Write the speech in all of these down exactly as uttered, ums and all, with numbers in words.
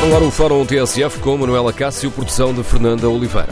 Agora o Fórum T S F com Manuela Cássio, produção de Fernanda Oliveira.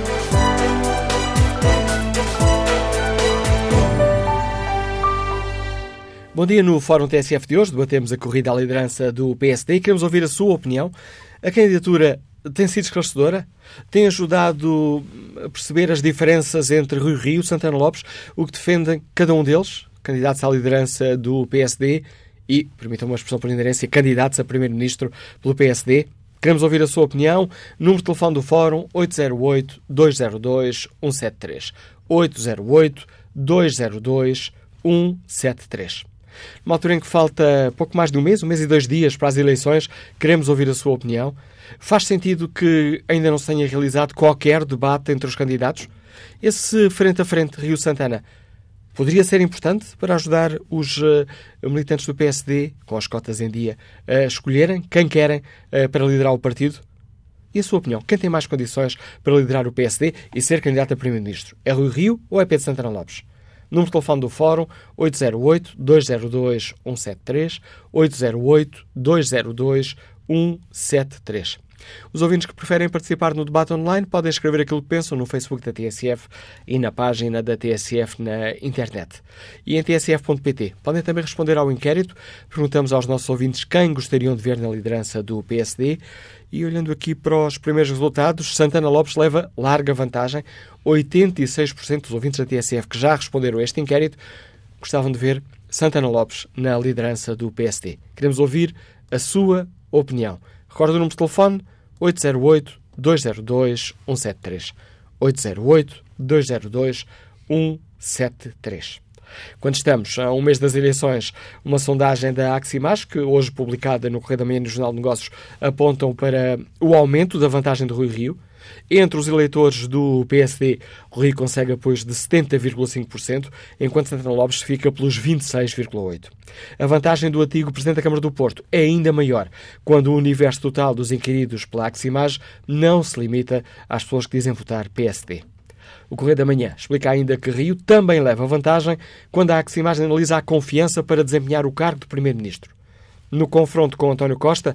Bom dia. No Fórum T S F de hoje debatemos a corrida à liderança do P S D e queremos ouvir a sua opinião. A candidatura tem sido esclarecedora? Tem ajudado a perceber as diferenças entre Rui Rio e Santana Lopes, o que defendem cada um deles, candidatos à liderança do P S D e, permitam-me uma expressão por inerência, candidatos a primeiro-ministro pelo P S D? Queremos ouvir a sua opinião. Número de telefone do Fórum oito zero oito, dois zero dois, um sete três. oito zero oito, dois zero dois, um sete três. Numa altura em que falta pouco mais de um mês, um mês e dois dias para as eleições, queremos ouvir a sua opinião. Faz sentido que ainda não se tenha realizado qualquer debate entre os candidatos? Esse frente a frente Rio-Santana poderia ser importante para ajudar os uh, militantes do P S D, com as cotas em dia, a escolherem quem querem uh, para liderar o partido? E a sua opinião? Quem tem mais condições para liderar o P S D e ser candidato a primeiro-ministro? É Rui Rio ou é Pedro Santana Lopes? Número de telefone do Fórum oito zero oito, dois zero dois, um sete três, oito zero oito, dois zero dois, um sete três. Os ouvintes que preferem participar no debate online podem escrever aquilo que pensam no Facebook da T S F e na página da T S F na internet. E em t s f ponto p t podem também responder ao inquérito. Perguntamos aos nossos ouvintes quem gostariam de ver na liderança do P S D. E olhando aqui para os primeiros resultados, Santana Lopes leva larga vantagem. oitenta e seis por cento dos ouvintes da T S F que já responderam a este inquérito gostavam de ver Santana Lopes na liderança do P S D. Queremos ouvir a sua opinião. Recordo o número de telefone oito zero oito, dois zero dois, um sete três. oito zero oito, dois zero dois, um sete três. Quando estamos a um mês das eleições, uma sondagem da Aximage, que hoje publicada no Correio da Manhã e no Jornal de Negócios, apontam para o aumento da vantagem de Rui Rio. Entre os eleitores do P S D, Rui Rio consegue apoios de setenta vírgula cinco por cento, enquanto Santana Lopes fica pelos vinte e seis vírgula oito por cento. A vantagem do antigo Presidente da Câmara do Porto é ainda maior, quando o universo total dos inquiridos pela Aximage não se limita às pessoas que dizem votar P S D. O Correio da Manhã explica ainda que Rio também leva vantagem quando a Aximage analisa a confiança para desempenhar o cargo de Primeiro-Ministro. No confronto com António Costa,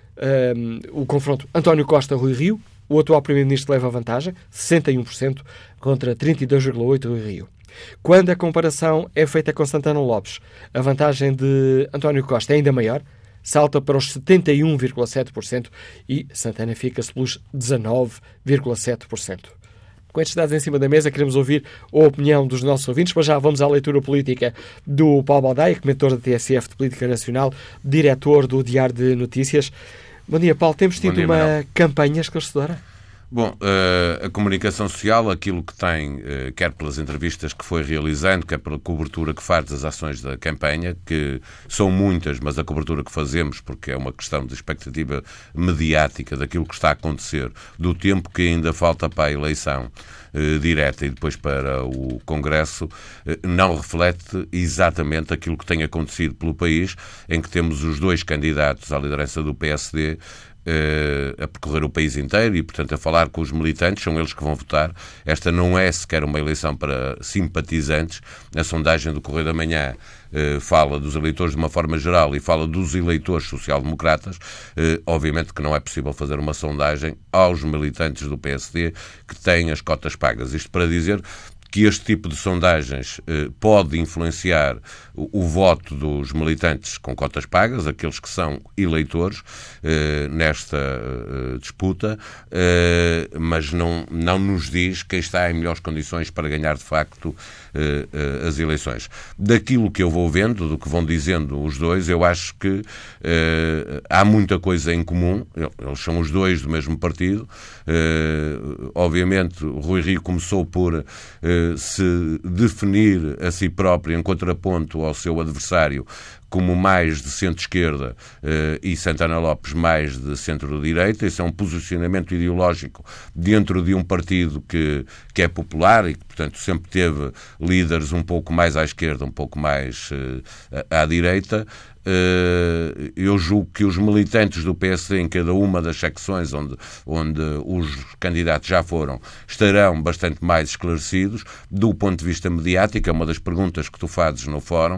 um, o confronto António Costa-Rui Rio, o atual Primeiro-Ministro leva vantagem, sessenta e um por cento contra trinta e dois vírgula oito por cento do Rio. Quando a comparação é feita com Santana Lopes, a vantagem de António Costa é ainda maior, salta para os setenta e um vírgula sete por cento e Santana fica-se pelos dezanove vírgula sete por cento. Com estes dados em cima da mesa, queremos ouvir a opinião dos nossos ouvintes, mas já vamos à leitura política do Paulo Baldaia, comentador da T S F de Política Nacional, diretor do Diário de Notícias. Bom dia, Paulo. Temos tido dia, uma Manuel. campanha esclarecedora? Bom, uh, a comunicação social, aquilo que tem, uh, quer pelas entrevistas que foi realizando, quer pela cobertura que faz das ações da campanha, que são muitas, mas a cobertura que fazemos, porque é uma questão de expectativa mediática daquilo que está a acontecer, do tempo que ainda falta para a eleição uh, direta e depois para o Congresso, uh, não reflete exatamente aquilo que tem acontecido pelo país, em que temos os dois candidatos à liderança do P S D Uh, a percorrer o país inteiro e, portanto, a falar com os militantes, são eles que vão votar. Esta não é sequer uma eleição para simpatizantes. A sondagem do Correio da Manhã uh, fala dos eleitores de uma forma geral e fala dos eleitores social-democratas. Uh, obviamente que não é possível fazer uma sondagem aos militantes do P S D que têm as cotas pagas. Isto para dizer que este tipo de sondagens eh, pode influenciar o, o voto dos militantes com cotas pagas, aqueles que são eleitores eh, nesta eh, disputa, eh, mas não, não nos diz quem está em melhores condições para ganhar de facto eh, eh, as eleições. Daquilo que eu vou vendo, do que vão dizendo os dois, eu acho que eh, há muita coisa em comum. Eles são os dois do mesmo partido. Eh, obviamente, Rui Rio começou por eh, se definir a si próprio em contraponto ao seu adversário como mais de centro-esquerda eh, e Santana Lopes mais de centro-direita. Esse é um posicionamento ideológico dentro de um partido que, que é popular e que, portanto, sempre teve líderes um pouco mais à esquerda, um pouco mais eh, à direita. eu julgo que os militantes do P S D em cada uma das secções onde, onde os candidatos já foram estarão bastante mais esclarecidos. Do ponto de vista mediático, é uma das perguntas que tu fazes no fórum,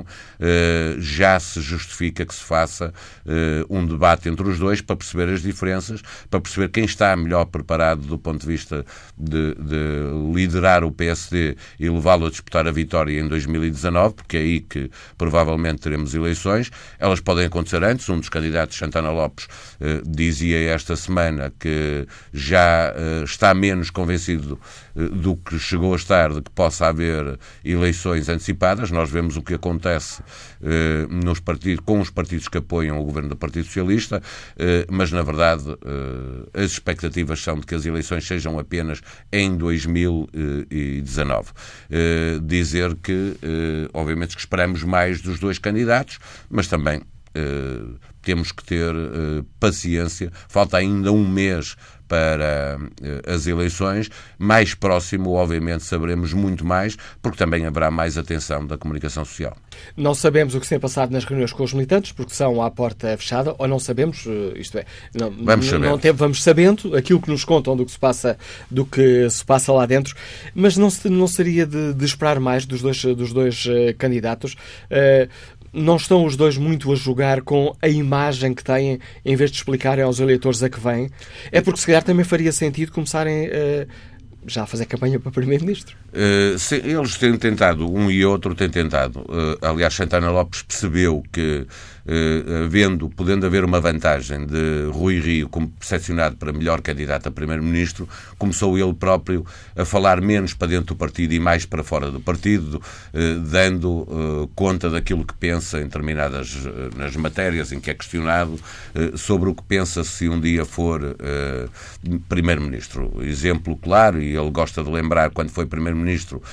já se justifica que se faça um debate entre os dois para perceber as diferenças, para perceber quem está melhor preparado do ponto de vista de, de liderar o P S D e levá-lo a disputar a vitória em dois mil e dezanove, porque é aí que provavelmente teremos eleições. Elas podem acontecer antes. Um dos candidatos, Santana Lopes, eh, dizia esta semana que já eh, está menos convencido eh, do que chegou a estar de que possa haver eleições antecipadas. Nós vemos o que acontece eh, nos partidos, com os partidos que apoiam o governo do Partido Socialista, eh, mas, na verdade, eh, as expectativas são de que as eleições sejam apenas em dois mil e dezanove. Eh, dizer que, eh, obviamente, que esperamos mais dos dois candidatos, mas também Uh, temos que ter uh, paciência. Falta ainda um mês para uh, as eleições. Mais próximo, obviamente, saberemos muito mais, porque também haverá mais atenção da comunicação social. Não sabemos o que se tem passado nas reuniões com os militantes, porque são à porta fechada, ou não sabemos, isto é, não, vamos, não, não tem, vamos sabendo aquilo que nos contam do que se passa, do que se passa lá dentro, mas não, se, não seria de, de esperar mais dos dois, dos dois uh, candidatos. Uh, Não estão os dois muito a jogar com a imagem que têm, em vez de explicarem aos eleitores a que vêm? É porque, se calhar, também faria sentido começarem uh, já a fazer campanha para Primeiro-Ministro. Uh, se, eles têm tentado, um e outro têm tentado. Uh, aliás, Santana Lopes percebeu que, uh, havendo, podendo haver uma vantagem de Rui Rio como percepcionado para melhor candidato a Primeiro-Ministro, começou ele próprio a falar menos para dentro do partido e mais para fora do partido, uh, dando uh, conta daquilo que pensa em determinadas uh, nas matérias em que é questionado, uh, sobre o que pensa se um dia for uh, Primeiro-Ministro. Exemplo claro, e ele gosta de lembrar quando foi Primeiro-Ministro,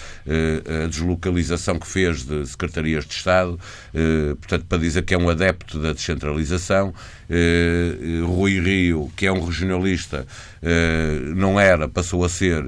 a deslocalização que fez de secretarias de Estado, portanto, para dizer que é um adepto da descentralização. Rui Rio, que é um regionalista, não era, passou a ser,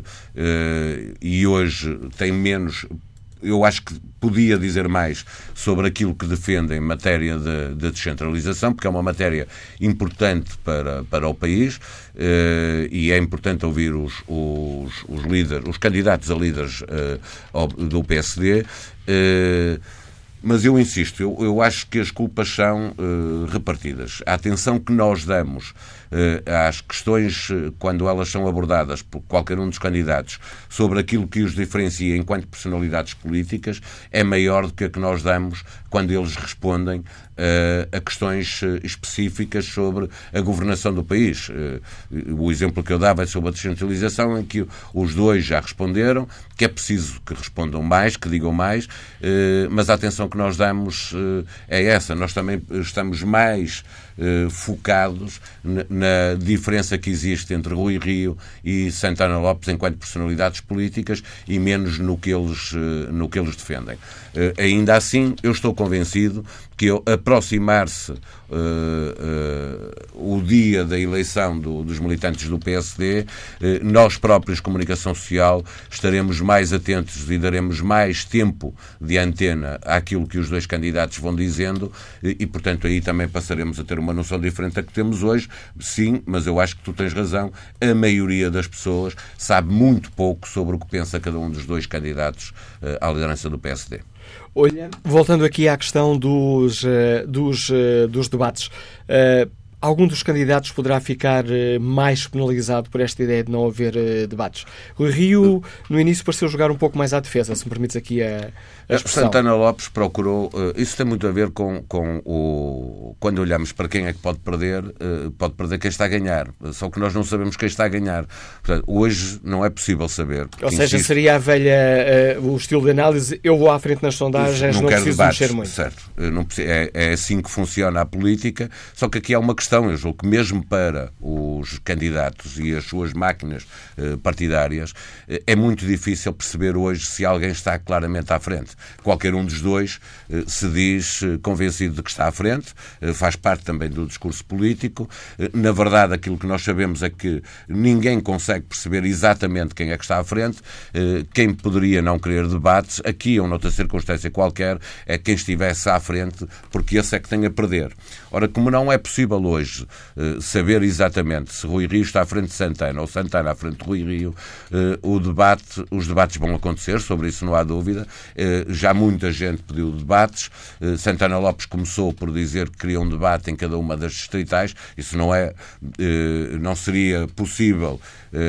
e hoje tem menos. Eu acho que podia dizer mais sobre aquilo que defende em matéria de, de descentralização, porque é uma matéria importante para, para o país, eh, e é importante ouvir os, os, os líderes, os candidatos a líderes eh, do P S D. Eh, Mas eu insisto, eu, eu acho que as culpas são uh, repartidas. A atenção que nós damos uh, às questões, uh, quando elas são abordadas por qualquer um dos candidatos, sobre aquilo que os diferencia enquanto personalidades políticas, é maior do que a que nós damos quando eles respondem uh, a questões uh, específicas sobre a governação do país. Uh, o exemplo que eu dava é sobre a descentralização, em que os dois já responderam, que é preciso que respondam mais, que digam mais, uh, mas a atenção que nós damos uh, é essa. Nós também estamos mais uh, focados na, na diferença que existe entre Rui Rio e Santana Lopes enquanto personalidades políticas e menos no que eles, uh, no que eles defendem. Uh, ainda assim, eu estou convencido que ao aproximar-se uh, uh, o dia da eleição do, dos militantes do P S D, uh, nós próprios, comunicação social, estaremos mais atentos e daremos mais tempo de antena àquilo que os dois candidatos vão dizendo e, e, portanto, aí também passaremos a ter uma noção diferente da que temos hoje. Sim, mas eu acho que tu tens razão. A maioria das pessoas sabe muito pouco sobre o que pensa cada um dos dois candidatos uh, à liderança do P S D. Olha, voltando aqui à questão dos, dos, dos debates, uh, algum dos candidatos poderá ficar mais penalizado por esta ideia de não haver debates? O Rio, no início, pareceu jogar um pouco mais à defesa, se me permites aqui a, a expressão. Santana Lopes procurou... Isso tem muito a ver com, com o... Quando olhamos para quem é que pode perder, pode perder quem está a ganhar. Só que nós não sabemos quem está a ganhar. Portanto, hoje não é possível saber. Ou seja, insisto, seria a velha... Uh, o estilo de análise, eu vou à frente nas sondagens, não, não preciso debates, mexer muito. Certo. Não, é, é assim que funciona a política, só que aqui há uma questão questão, eu julgo que mesmo para os candidatos e as suas máquinas eh, partidárias, eh, é muito difícil perceber hoje se alguém está claramente à frente. Qualquer um dos dois eh, se diz eh, convencido de que está à frente, eh, faz parte também do discurso político. Eh, na verdade, aquilo que nós sabemos é que ninguém consegue perceber exatamente quem é que está à frente. Eh, quem poderia não querer debates, aqui ou noutra circunstância qualquer, é quem estivesse à frente, porque esse é que tem a perder. Ora, como não é possível hoje eh, saber exatamente se Rui Rio está à frente de Santana ou Santana à frente de Rui Rio, eh, o debate, os debates vão acontecer, sobre isso não há dúvida. Eh, já muita gente pediu debates. Eh, Santana Lopes começou por dizer que queria um debate em cada uma das distritais. Isso não é, eh, não seria possível.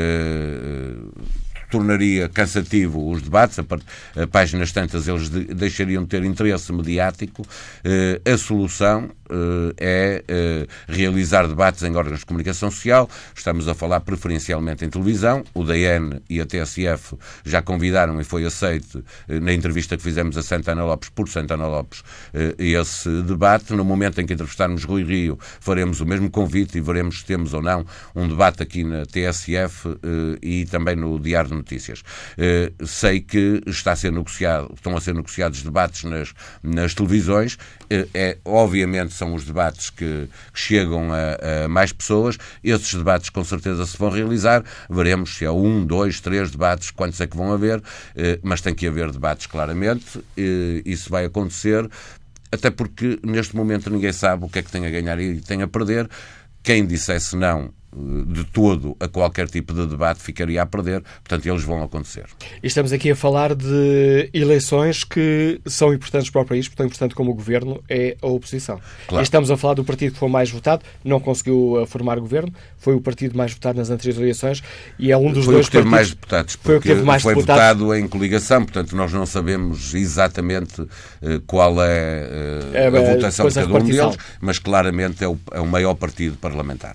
Eh, tornaria cansativo os debates, a, a páginas tantas eles de, deixariam de ter interesse mediático. Eh, a solução eh, é eh, realizar debates em órgãos de comunicação social. Estamos a falar preferencialmente em televisão. O D N e a T S F já convidaram e foi aceito eh, na entrevista que fizemos a Santana Lopes por Santana Lopes eh, esse debate. No momento em que entrevistarmos Rui Rio, faremos o mesmo convite e veremos se temos ou não um debate aqui na T S F eh, e também no Diário de Notícias. Uh, sei que está a ser negociado, estão a ser negociados debates nas, nas televisões. Uh, é, obviamente são os debates que, que chegam a, a mais pessoas. Esses debates com certeza se vão realizar. Veremos se há um, dois, três debates, quantos é que vão haver, uh, mas tem que haver debates claramente. Uh, isso vai acontecer, até porque neste momento ninguém sabe o que é que tem a ganhar e tem a perder. Quem dissesse não de todo a qualquer tipo de debate ficaria a perder, portanto eles vão acontecer. E estamos aqui a falar de eleições que são importantes para o país, porque tão importante como o governo é a oposição. Claro. E estamos a falar do partido que foi mais votado, não conseguiu formar governo, foi o partido mais votado nas anteriores eleições e é um dos foi dois o que teve partidos... mais deputados, porque foi o que teve mais foi deputados. votado em coligação, portanto nós não sabemos exatamente uh, qual é, uh, é a votação de cada um deles, mas claramente é o, é o maior partido parlamentar.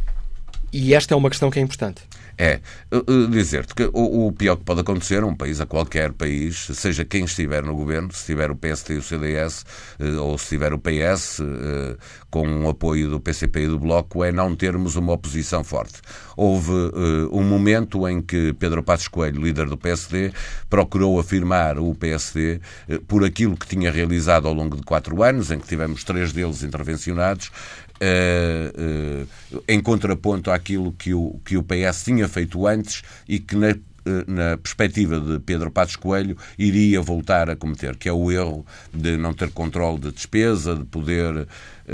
E esta é uma questão que é importante. É, uh, dizer-te que o, o pior que pode acontecer a um país, a qualquer país, seja quem estiver no governo, se tiver o P S D e o C D S, uh, ou se tiver o P S, uh, com o apoio do P C P e do Bloco, é não termos uma oposição forte. Houve uh, um momento em que Pedro Passos Coelho, líder do P S D, procurou afirmar o P S D uh, por aquilo que tinha realizado ao longo de quatro anos, em que tivemos três deles intervencionados, Uh, uh, em contraponto àquilo que o, que o P S tinha feito antes e que na, uh, na perspectiva de Pedro Passos Coelho iria voltar a cometer, que é o erro de não ter controle de despesa, de poder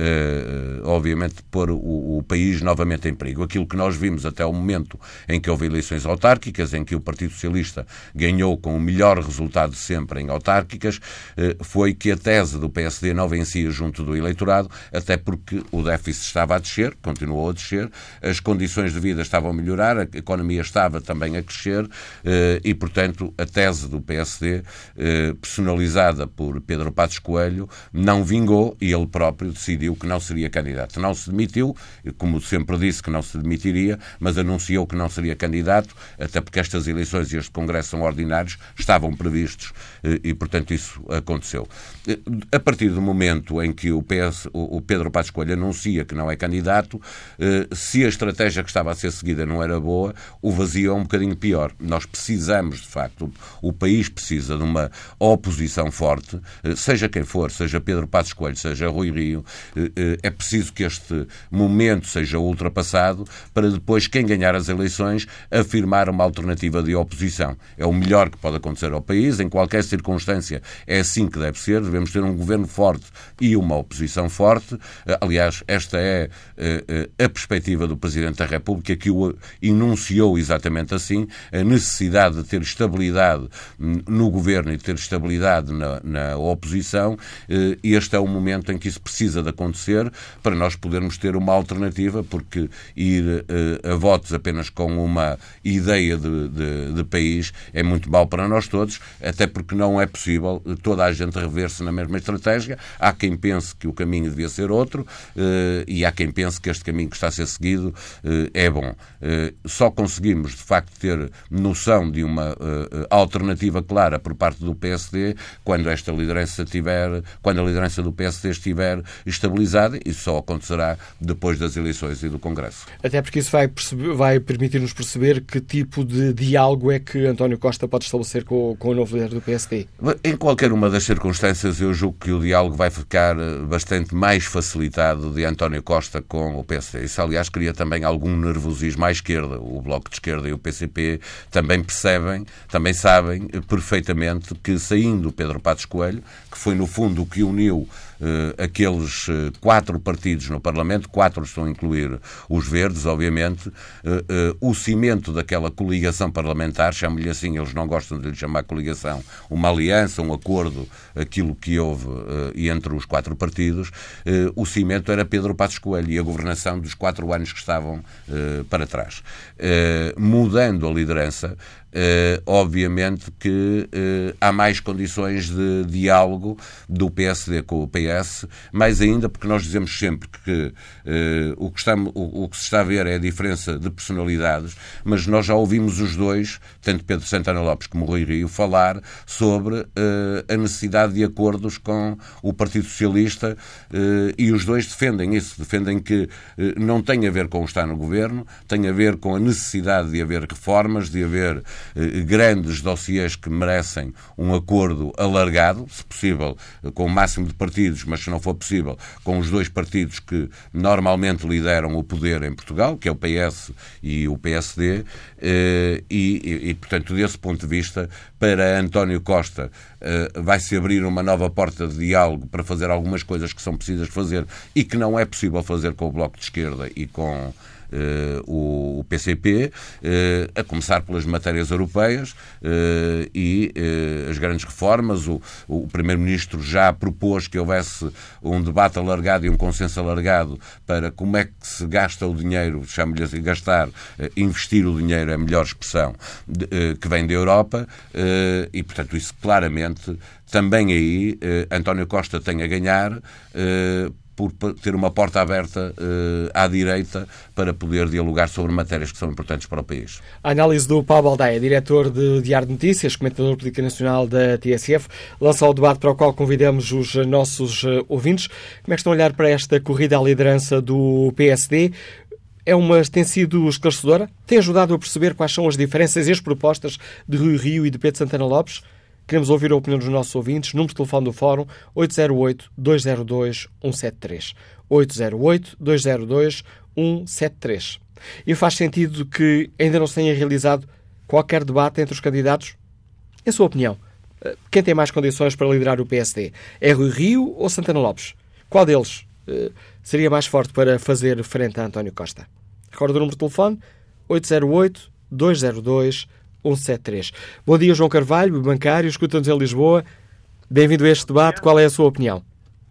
Uh, obviamente pôr o, o país novamente em perigo. Aquilo que nós vimos até o momento em que houve eleições autárquicas, em que o Partido Socialista ganhou com o melhor resultado sempre em autárquicas, uh, foi que a tese do P S D não vencia junto do eleitorado, até porque o déficit estava a descer, continuou a descer, as condições de vida estavam a melhorar, a economia estava também a crescer uh, e, portanto, a tese do P S D, uh, personalizada por Pedro Passos Coelho, não vingou e ele próprio decidiu que não seria candidato. Não se demitiu, como sempre disse que não se demitiria, mas anunciou que não seria candidato, até porque estas eleições e este Congresso são ordinários, estavam previstos e, portanto, isso aconteceu. A partir do momento em que o, P S, o Pedro Passos Coelho anuncia que não é candidato, se a estratégia que estava a ser seguida não era boa, o vazio é um bocadinho pior. Nós precisamos, de facto, o país precisa de uma oposição forte, seja quem for, seja Pedro Passos Coelho, seja Rui Rio. É preciso que este momento seja ultrapassado para depois quem ganhar as eleições afirmar uma alternativa de oposição. É o melhor que pode acontecer ao país, em qualquer circunstância é assim que deve ser, devemos ter um governo forte e uma oposição forte. Aliás, esta é a perspectiva do Presidente da República, que o enunciou exatamente assim, a necessidade de ter estabilidade no governo e de ter estabilidade na, na oposição. Este é o momento em que isso precisa de acontecer para nós podermos ter uma alternativa, porque ir uh, a votos apenas com uma ideia de, de, de país é muito mau para nós todos, até porque não é possível toda a gente rever-se na mesma estratégia. Há quem pense que o caminho devia ser outro uh, e há quem pense que este caminho que está a ser seguido uh, é bom. Uh, só conseguimos, de facto, ter noção de uma uh, alternativa clara por parte do P S D quando esta liderança tiver, quando a liderança do P S D estiver estabelecida estabilizada, e só acontecerá depois das eleições e do Congresso. Até porque isso vai, perceber, vai permitir-nos perceber que tipo de diálogo é que António Costa pode estabelecer com, com o novo líder do P S D. Em qualquer uma das circunstâncias, eu julgo que o diálogo vai ficar bastante mais facilitado de António Costa com o P S D. Isso, aliás, cria também algum nervosismo à esquerda. O Bloco de Esquerda e o P C P também percebem, também sabem perfeitamente que, saindo Pedro Passos Coelho, que foi no fundo o que uniu Uh, aqueles uh, quatro partidos no Parlamento, quatro estão a incluir os verdes, obviamente, uh, uh, o cimento daquela coligação parlamentar, chamo-lhe assim, eles não gostam de lhe chamar coligação, uma aliança, um acordo, aquilo que houve uh, entre os quatro partidos, uh, o cimento era Pedro Passos Coelho e a governação dos quatro anos que estavam uh, para trás. Uh, mudando a liderança, Uh, obviamente que uh, há mais condições de diálogo do P S D com o P S, mais ainda porque nós dizemos sempre que uh, o, que está, o, o que se está a ver é a diferença de personalidades, mas nós já ouvimos os dois, tanto Pedro Santana Lopes como Rui Rio, falar sobre uh, a necessidade de acordos com o Partido Socialista uh, e os dois defendem isso, defendem que uh, não tem a ver com estar no governo, tem a ver com a necessidade de haver reformas, de haver grandes dossiês que merecem um acordo alargado, se possível com o máximo de partidos, mas se não for possível com os dois partidos que normalmente lideram o poder em Portugal, que é o P S e o P S D, e, e, e portanto, desse ponto de vista, para António Costa vai-se abrir uma nova porta de diálogo para fazer algumas coisas que são precisas fazer e que não é possível fazer com o Bloco de Esquerda e com Uh, o, o P C P, uh, a começar pelas matérias europeias uh, e uh, as grandes reformas. O, o Primeiro-Ministro já propôs que houvesse um debate alargado e um consenso alargado para como é que se gasta o dinheiro, chamo-lhe assim, gastar, uh, investir o dinheiro é a melhor expressão, de, uh, que vem da Europa, uh, e portanto isso claramente, também aí, uh, António Costa tem a ganhar, uh, por ter uma porta aberta uh, à direita para poder dialogar sobre matérias que são importantes para o país. A análise do Paulo Baldaia, diretor de Diário de Notícias, comentador político nacional da T S F, lança o debate para o qual convidamos os nossos uh, ouvintes. Como é que estão a olhar para esta corrida à liderança do P S D? É uma, tem sido esclarecedora? Tem ajudado a perceber quais são as diferenças e as propostas de Rui Rio e de Pedro Santana Lopes? Queremos ouvir a opinião dos nossos ouvintes. Número de telefone do Fórum oito zero oito, dois zero dois, um sete três. oito zero oito, dois zero dois, um sete três. E faz sentido que ainda não se tenha realizado qualquer debate entre os candidatos? Em sua opinião, quem tem mais condições para liderar o P S D? É Rui Rio ou Santana Lopes? Qual deles uh, seria mais forte para fazer frente a António Costa? Recordo o número de telefone oito zero oito, dois zero dois, um sete três. Bom dia, João Carvalho, bancário, escuta-nos em Lisboa. Bem-vindo a este debate. Qual é a sua opinião?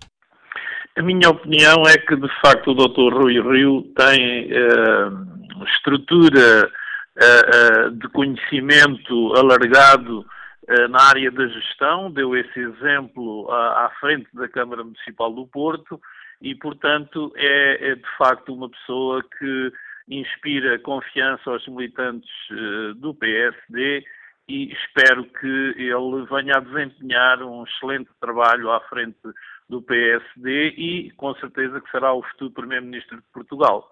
A minha opinião é que, de facto, o doutor Rui Rio tem uh, estrutura uh, uh, de conhecimento alargado uh, na área da gestão, deu esse exemplo à, à frente da Câmara Municipal do Porto e, portanto, é, é de facto uma pessoa que inspira confiança aos militantes uh, do P S D e espero que ele venha a desempenhar um excelente trabalho à frente do P S D e, com certeza, que será o futuro Primeiro-Ministro de Portugal.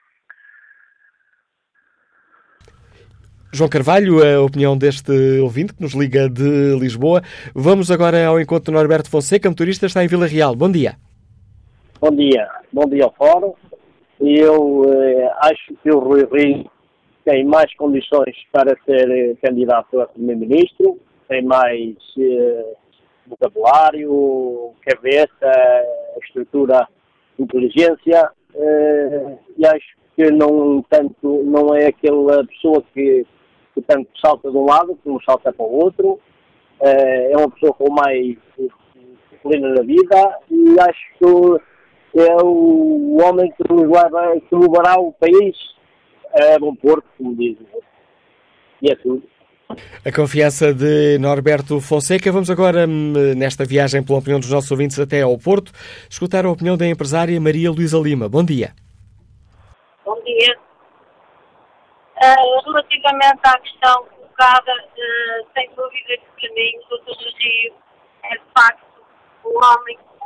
João Carvalho, a opinião deste ouvinte que nos liga de Lisboa. Vamos agora ao encontro de Norberto Fonseca, motorista, está em Vila Real. Bom dia. Bom dia. Bom dia ao Fórum. Eu eh, acho que o Rui Rio tem mais condições para ser eh, candidato a Primeiro-Ministro, tem mais eh, vocabulário, cabeça, estrutura, inteligência, eh, e acho que não, tanto, não é aquela pessoa que, que tanto salta de um lado como salta para o outro, eh, é uma pessoa com mais disciplina na vida e acho que é o homem que nos leva, que levará o país a bom porto, como dizem. E é tudo. A confiança de Norberto Fonseca. Vamos agora, nesta viagem pela opinião dos nossos ouvintes até ao Porto, escutar a opinião da empresária Maria Luísa Lima. Bom dia. Bom dia. Uh, relativamente à questão colocada, uh, sem dúvida que para mim o doutor Rio é de facto o homem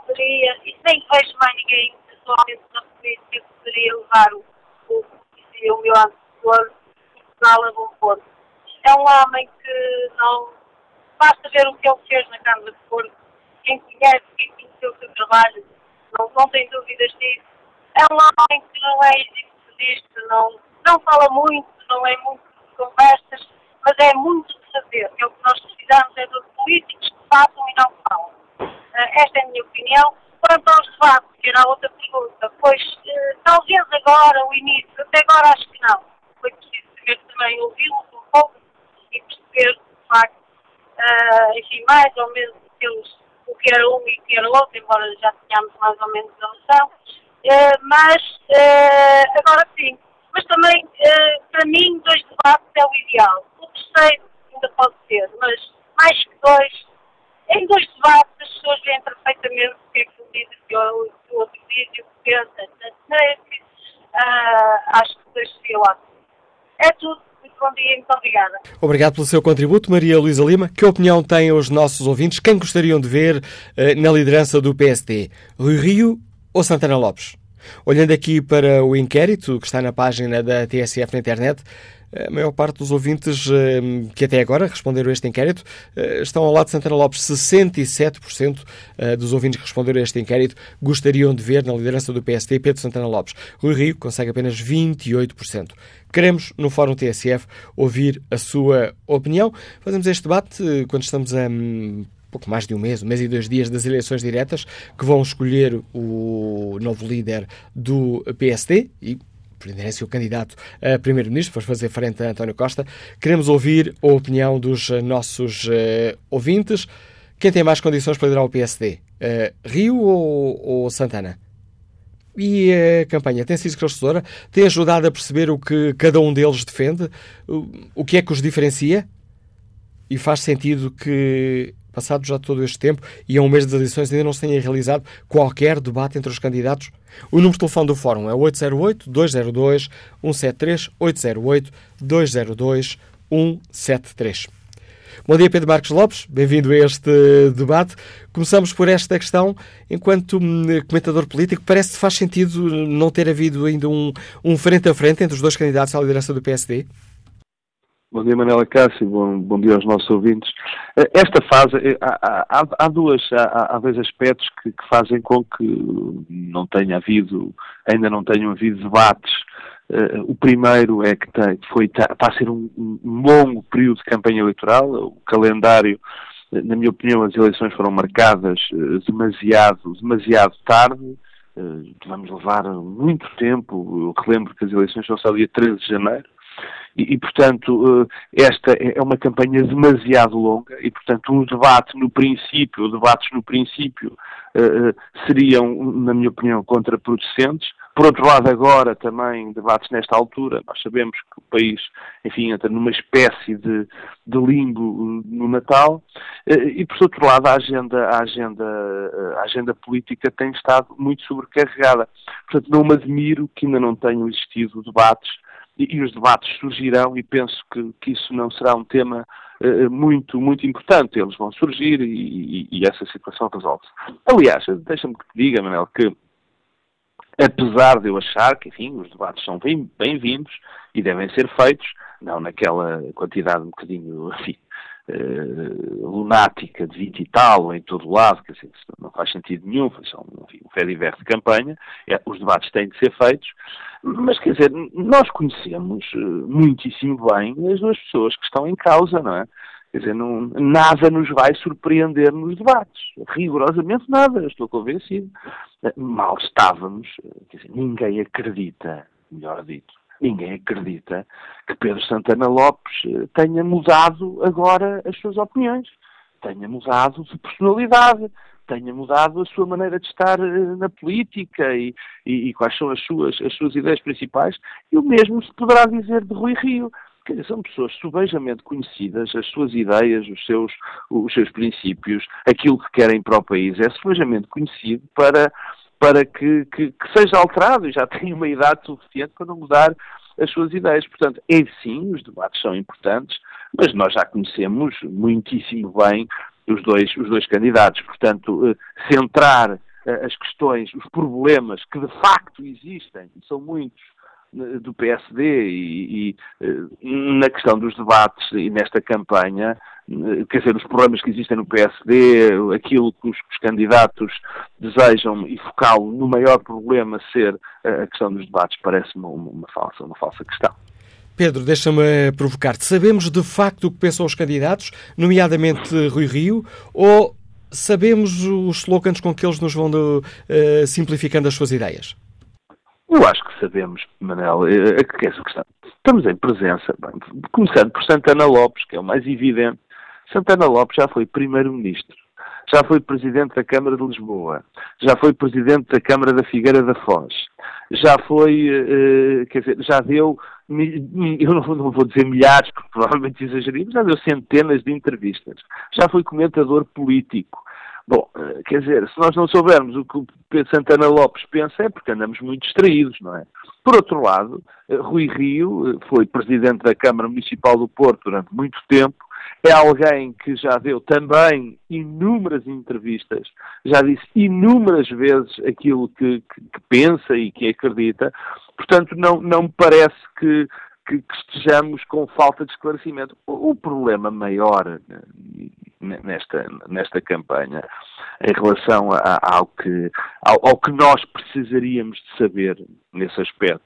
poderia, e nem vejo mais ninguém pessoalmente na política que poderia levar o, o, o meu antecessor Portugal a bom porto. É um homem que não, basta ver o que ele fez na Câmara de Porto, quem conhece, quem conheceu o seu trabalho, não, não tem dúvidas disso. É um homem que não é exibicionista, não, não fala muito, não é muito de conversas, mas é muito de fazer. É o que nós precisamos, é de políticos que façam e não falam. Esta é a minha opinião. Quanto aos debates, que era a outra pergunta, pois talvez agora, o início, até agora acho que não. Foi preciso saber também ouvi-los um pouco e perceber, de facto, uh, enfim, mais ou menos eles, o que era um e o que era outro, embora já tenhamos mais ou menos a noção. Uh, mas, uh, agora sim. Mas também, uh, para mim, dois debates é o ideal. O terceiro ainda pode ser, mas mais que dois. Em dois debates as pessoas veem perfeitamente o que é que o vídeo que o outro vídeo pensa, etcétera. Uh, acho que dois seria ótimo. É tudo. Muito bom dia e muito obrigada. Obrigado pelo seu contributo, Maria Luísa Lima. Que opinião têm os nossos ouvintes? Quem gostariam de ver uh, na liderança do P S D? Rui Rio ou Santana Lopes? Olhando aqui para o inquérito que está na página da T S F na internet, a maior parte dos ouvintes que até agora responderam a este inquérito estão ao lado de Santana Lopes. sessenta e sete por cento dos ouvintes que responderam a este inquérito gostariam de ver na liderança do P S D Pedro Santana Lopes. Rui Rio consegue apenas vinte e oito por cento. Queremos, no Fórum T S F, ouvir a sua opinião. Fazemos este debate quando estamos a pouco mais de um mês, um mês e dois dias das eleições diretas, que vão escolher o novo líder do P S D e presidência o candidato a primeiro-ministro, para fazer frente a António Costa. Queremos ouvir a opinião dos nossos uh, ouvintes. Quem tem mais condições para liderar o P S D? Uh, Rio ou, ou Santana? E a campanha tem sido esclarecedora? Tem ajudado a perceber o que cada um deles defende? O, o que é que os diferencia? E faz sentido que, passado já todo este tempo e a um mês das eleições, ainda não se tenha realizado qualquer debate entre os candidatos? O número de telefone do Fórum é oito zero oito, dois zero dois, um sete três, oito zero oito, dois zero dois, um sete três. Bom dia, Pedro Marcos Lopes. Bem-vindo a este debate. Começamos por esta questão. Enquanto comentador político, parece que faz sentido não ter havido ainda um, um frente a frente entre os dois candidatos à liderança do P S D? Bom dia, Manela Cássio, bom, bom dia aos nossos ouvintes. Esta fase, há, há, há, duas, há, há dois aspectos que, que fazem com que não tenha havido, ainda não tenham havido debates. Uh, o primeiro é que tem, foi, está a ser um, um longo período de campanha eleitoral. O calendário, na minha opinião, as eleições foram marcadas uh, demasiado, demasiado tarde. Uh, vamos levar muito tempo. Eu relembro que as eleições são só dia treze de janeiro. E, e, portanto, esta é uma campanha demasiado longa e, portanto, um debate no princípio, debates no princípio uh, seriam, na minha opinião, contraproducentes. Por outro lado, agora também, debates nesta altura, nós sabemos que o país, enfim, entra numa espécie de, de limbo no Natal uh, e, por outro lado, a agenda, a, agenda, a agenda política tem estado muito sobrecarregada. Portanto, não me admiro que ainda não tenham existido debates. E os debates surgirão e penso que, que isso não será um tema uh, muito, muito importante. Eles vão surgir e, e, e essa situação resolve-se. Aliás, deixa-me que te diga, Manuel, que apesar de eu achar que, enfim, os debates são bem, bem-vindos e devem ser feitos, não naquela quantidade um bocadinho, enfim, uh, lunática de vinte e tal, em todo lado, quer dizer, isso não faz sentido nenhum, foi só um, enfim, um fé-diver de campanha, é, os debates têm de ser feitos. Mas, quer dizer, nós conhecemos muitíssimo bem as duas pessoas que estão em causa, não é? Quer dizer, não, nada nos vai surpreender nos debates. Rigorosamente nada, estou convencido. Mal estávamos, quer dizer, ninguém acredita, melhor dito, ninguém acredita que Pedro Santana Lopes tenha mudado agora as suas opiniões, tenha mudado de personalidade, tenha mudado a sua maneira de estar na política e, e, e quais são as suas, as suas ideias principais. E o mesmo se poderá dizer de Rui Rio. Quer dizer, são pessoas subejamente conhecidas, as suas ideias, os seus, os seus princípios, aquilo que querem para o país é subejamente conhecido para, para que, que, que seja alterado e já tem uma idade suficiente para não mudar as suas ideias. Portanto, é sim, os debates são importantes, mas nós já conhecemos muitíssimo bem os dois, os dois candidatos. Portanto, centrar as questões, os problemas que de facto existem, são muitos, do P S D e, e na questão dos debates e nesta campanha, quer dizer, os problemas que existem no P S D, aquilo que os, os candidatos desejam e focá-lo no maior problema ser a questão dos debates, parece-me uma, uma, falsa, uma falsa questão. Pedro, deixa-me provocar-te. Sabemos de facto o que pensam os candidatos, nomeadamente Rui Rio, ou sabemos os slogans com que eles nos vão de, uh, simplificando as suas ideias? Eu acho que sabemos, Manel, é que essa questão. Estamos em presença, bem, começando por Santana Lopes, que é o mais evidente. Santana Lopes já foi primeiro-ministro, já foi presidente da Câmara de Lisboa, já foi presidente da Câmara da Figueira da Foz, já foi, uh, quer dizer, já deu, eu não, não vou dizer milhares, porque provavelmente exagerimos, já deu centenas de entrevistas, já foi comentador político. Bom, quer dizer, se nós não soubermos o que o Pedro Santana Lopes pensa, é porque andamos muito distraídos, não é? Por outro lado, Rui Rio foi presidente da Câmara Municipal do Porto durante muito tempo, é alguém que já deu também inúmeras entrevistas, já disse inúmeras vezes aquilo que, que, que pensa e que acredita, portanto não, não me parece que, que, que estejamos com falta de esclarecimento. O, o problema maior nesta, nesta campanha, em relação a, ao, que, ao, ao que nós precisaríamos de saber nesse aspecto,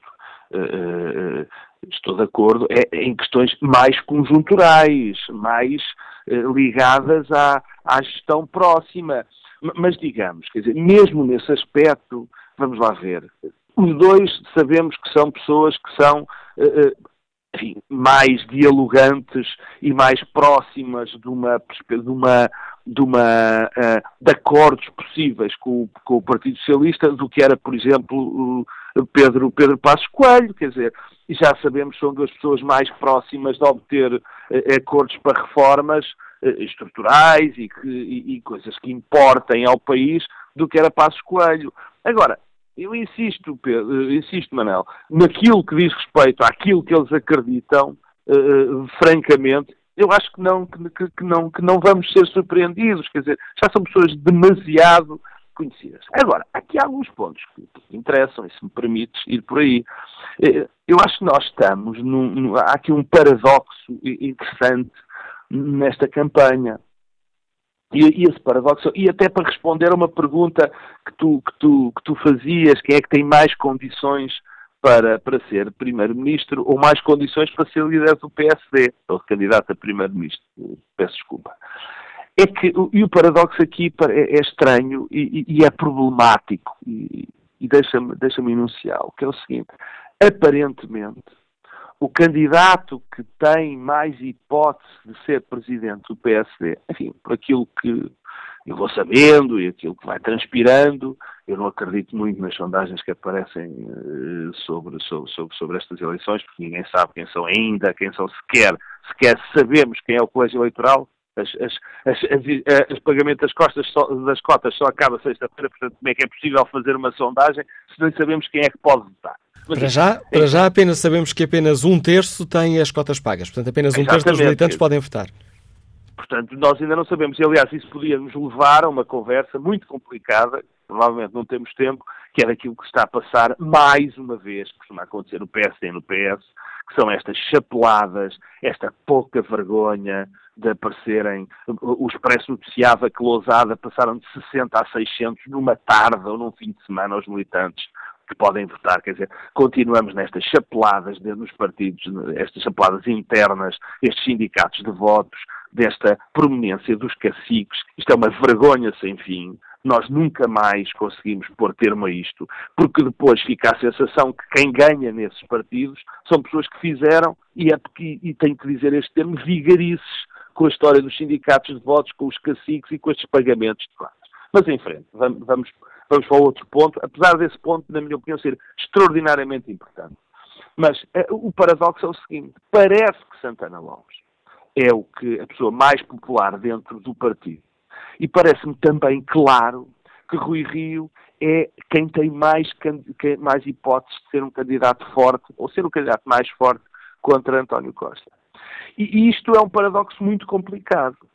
uh, estou de acordo, é em questões mais conjunturais, mais uh, ligadas à, à gestão próxima. Mas digamos, quer dizer, mesmo nesse aspecto, vamos lá ver, os dois sabemos que são pessoas que são uh, enfim, mais dialogantes e mais próximas de uma, de uma, de, uma uh, de acordos possíveis com, com o Partido Socialista do que era, por exemplo, o Pedro, Pedro Passos Coelho, quer dizer, e já sabemos que são duas pessoas mais próximas de obter uh, acordos para reformas uh, estruturais e, que, e, e coisas que importem ao país do que era Passos Coelho. Agora, eu insisto, Pedro, insisto, Manel, naquilo que diz respeito àquilo que eles acreditam, uh, francamente, eu acho que não, que, que, não, que não vamos ser surpreendidos, quer dizer, já são pessoas demasiado conhecidas. Agora, aqui há alguns pontos que interessam, e se me permites ir por aí. Eu acho que nós estamos, num, num, há aqui um paradoxo interessante nesta campanha. E, e esse paradoxo, e até para responder a uma pergunta que tu, que tu, que tu fazias, quem é que tem mais condições para, para ser primeiro-ministro ou mais condições para ser líder do P S D, ou candidato a primeiro-ministro, peço desculpa. É que, e o paradoxo aqui é, é estranho e, e é problemático, e, e deixa-me, deixa-me enunciar, que é o seguinte: aparentemente, o candidato que tem mais hipótese de ser presidente do P S D, enfim, por aquilo que eu vou sabendo e aquilo que vai transpirando, eu não acredito muito nas sondagens que aparecem uh, sobre, sobre, sobre, sobre estas eleições, porque ninguém sabe quem são ainda, quem são sequer, sequer sabemos quem é o colégio eleitoral. As, as, as, as, as pagamento das, costas só, das cotas só acaba sexta-feira, portanto, como é que é possível fazer uma sondagem se não sabemos quem é que pode votar? Mas, para já, é, para já apenas sabemos que apenas um terço tem as cotas pagas, portanto apenas um terço dos militantes podem votar. Portanto, nós ainda não sabemos, e aliás isso podia nos levar a uma conversa muito complicada, provavelmente não temos tempo, que é daquilo que está a passar mais uma vez, que costuma acontecer no P S D e no P S, que são estas chapeladas, esta pouca vergonha de aparecerem, o Expresso noticiava que Lousada passaram de sessenta a seiscentos numa tarde ou num fim de semana aos militantes que podem votar, quer dizer, continuamos nestas chapeladas dentro dos partidos, estas chapeladas internas, estes sindicatos de votos, desta prominência dos caciques, isto é uma vergonha sem fim, nós nunca mais conseguimos pôr termo a isto, porque depois fica a sensação que quem ganha nesses partidos são pessoas que fizeram, e, é porque, e tenho que dizer este termo, vigarices com a história dos sindicatos de votos, com os caciques e com estes pagamentos de cotas. Mas em frente, vamos, vamos, vamos para o outro ponto, apesar desse ponto, na minha opinião, ser extraordinariamente importante. Mas uh, o paradoxo é o seguinte: parece que Santana Lopes é o que a pessoa mais popular dentro do partido. E parece-me também claro que Rui Rio é quem tem mais, mais hipóteses de ser um candidato forte, ou ser o candidato mais forte contra António Costa. E isto é um paradoxo muito complicado,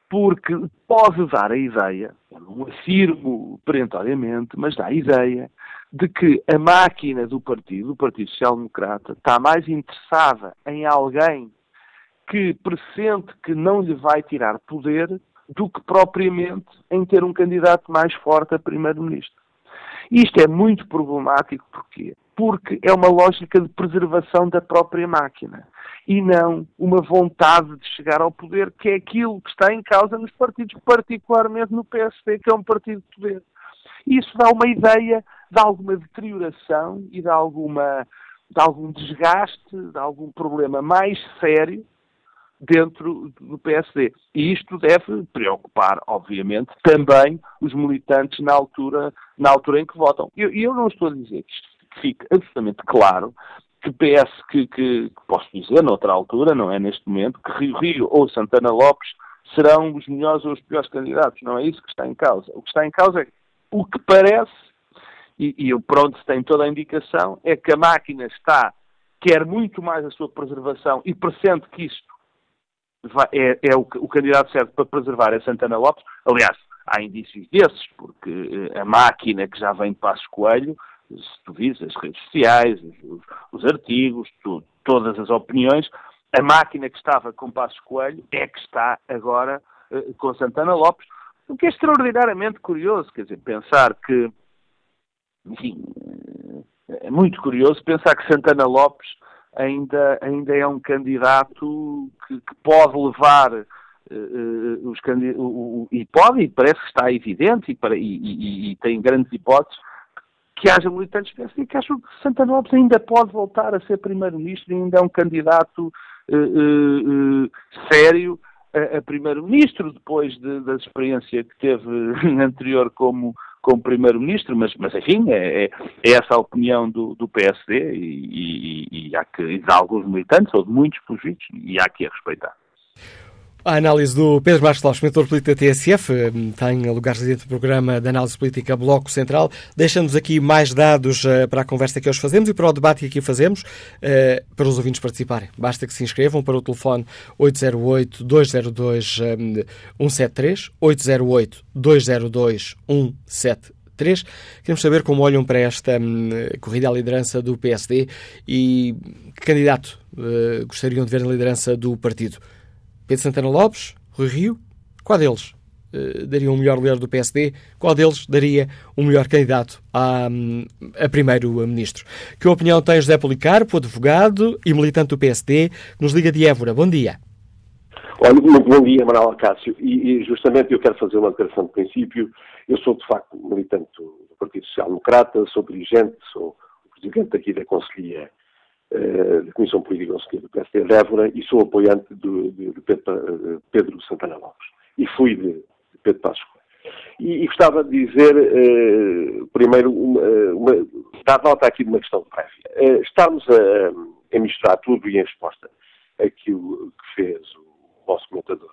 porque pode dar a ideia, eu não afirmo perentoriamente, mas dá a ideia de que a máquina do partido, o Partido Social Democrata, está mais interessada em alguém que pressente que não lhe vai tirar poder do que propriamente em ter um candidato mais forte a primeiro-ministro. Isto é muito problemático, porquê? Porque é uma lógica de preservação da própria máquina e não uma vontade de chegar ao poder, que é aquilo que está em causa nos partidos, particularmente no P S D, que é um partido de poder. Isso dá uma ideia de alguma deterioração e de, alguma, de algum desgaste, de algum problema mais sério dentro do P S D. E isto deve preocupar, obviamente, também os militantes na altura, na altura em que votam. E eu, eu não estou a dizer que isto fique absolutamente claro, que P S, que, que, que posso dizer noutra altura, não é neste momento, que Rio Rio ou Santana Lopes serão os melhores ou os piores candidatos. Não é isso que está em causa. O que está em causa é o que parece, e, e o pronto tem toda a indicação, é que a máquina está, quer muito mais a sua preservação e pressente que isto vai, é, é o, o candidato certo para preservar é Santana Lopes. Aliás, há indícios desses, porque a máquina que já vem de Passos Coelho, se tu vires as redes sociais, os, os artigos, tu, todas as opiniões, a máquina que estava com Passos Coelho é que está agora uh, com Santana Lopes, o que é extraordinariamente curioso, quer dizer, pensar que, enfim, é muito curioso pensar que Santana Lopes ainda, ainda é um candidato que, que pode levar uh, os candidatos, e pode, e parece que está evidente, e, para, e, e, e tem grandes hipóteses, que haja militantes que acham que Santana Lopes ainda pode voltar a ser primeiro-ministro e ainda é um candidato uh, uh, uh, sério a, a primeiro-ministro, depois de, da experiência que teve anterior como, como primeiro-ministro, mas, mas enfim, é, é essa a opinião do, do P S D e, e, e há que, e de alguns militantes, ou de muitos, pelos vistos, e há que a respeitar. A análise do Pedro Marcos Lopes, mentor político da T S F, tem lugar residente do programa de análise política Bloco Central. Deixa-nos aqui mais dados uh, para a conversa que hoje fazemos e para o debate que aqui fazemos, uh, para os ouvintes participarem. Basta que se inscrevam para o telefone oito zero oito, dois zero dois, um sete três, oito zero oito, dois zero dois, um sete três. Queremos saber como olham para esta um, corrida à liderança do P S D e que candidato uh, gostariam de ver na liderança do partido. Pedro Santana Lopes, Rui Rio, qual deles uh, daria um melhor líder do P S D? Qual deles daria um melhor candidato a, a primeiro-ministro? Que opinião tem José Policarpo, advogado e militante do P S D, que nos liga de Évora? Bom dia. Olha, muito bom dia, Manuel Acácio. E, e justamente eu quero fazer uma declaração de princípio. Eu sou, de facto, militante do Partido Social Democrata, sou dirigente, sou o presidente aqui da Conselhia da Comissão Política e Conselhia do P S D de Évora e sou apoiante de, de, de Pedro, Pedro Santana Lopes. E fui de, de Pedro Passos Coelho. E, e gostava de dizer, uh, primeiro, uma, uma, dar nota aqui de uma questão prévia. Uh, estamos a, a misturar tudo e em resposta àquilo que fez o nosso comentador,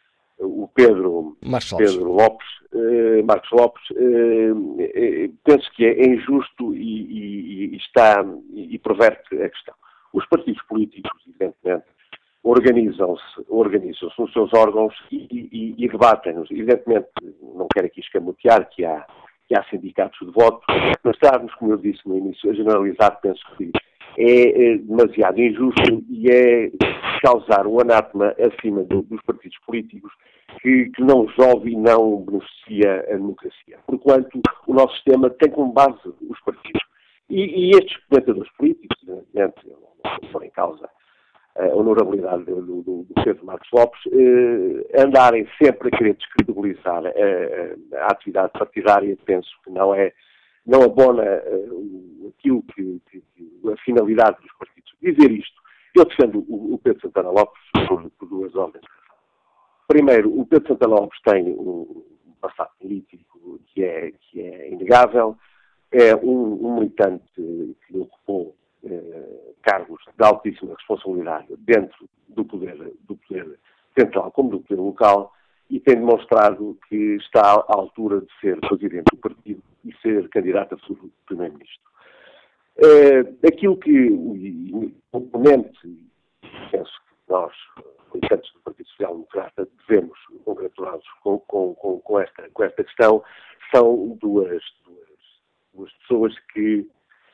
o Pedro, Pedro Lopes, uh, Marcos Lopes, uh, uh, penso que é injusto e, e, e está e, e perverte a questão. Os partidos políticos, evidentemente, organizam-se, organizam-se nos seus órgãos e, e, e debatem-nos. Evidentemente, não quero aqui escamotear que há, que há sindicatos de voto, mas estarmos, como eu disse no início, a generalizar, penso que é, é demasiado injusto e é causar um anátema acima do, dos partidos políticos que, que não resolve e não beneficia a democracia. Porquanto o nosso sistema tem como base os partidos. E, e estes comentadores políticos, evidentemente, não for em causa a honorabilidade do, do, do Pedro Marcos Lopes, eh, andarem sempre a querer descredibilizar a, a atividade partidária, penso que não é, não abona uh, aquilo que, que, que a finalidade dos partidos. Dizer isto, eu defendo o, o Pedro Santana Lopes por, por duas ordens. Primeiro, o Pedro Santana Lopes tem um passado político que é, que é inegável, é um, um militante que ocupou eh, cargos de altíssima responsabilidade dentro do poder, do poder central como do poder local e tem demonstrado que está à altura de ser presidente do partido e ser candidato a futuro primeiro-ministro. Eh, aquilo que o oponente, penso que nós militantes do Partido Social Democrata devemos congratular-nos com, com, com, com, esta, com esta questão. São duas, duas, duas pessoas que,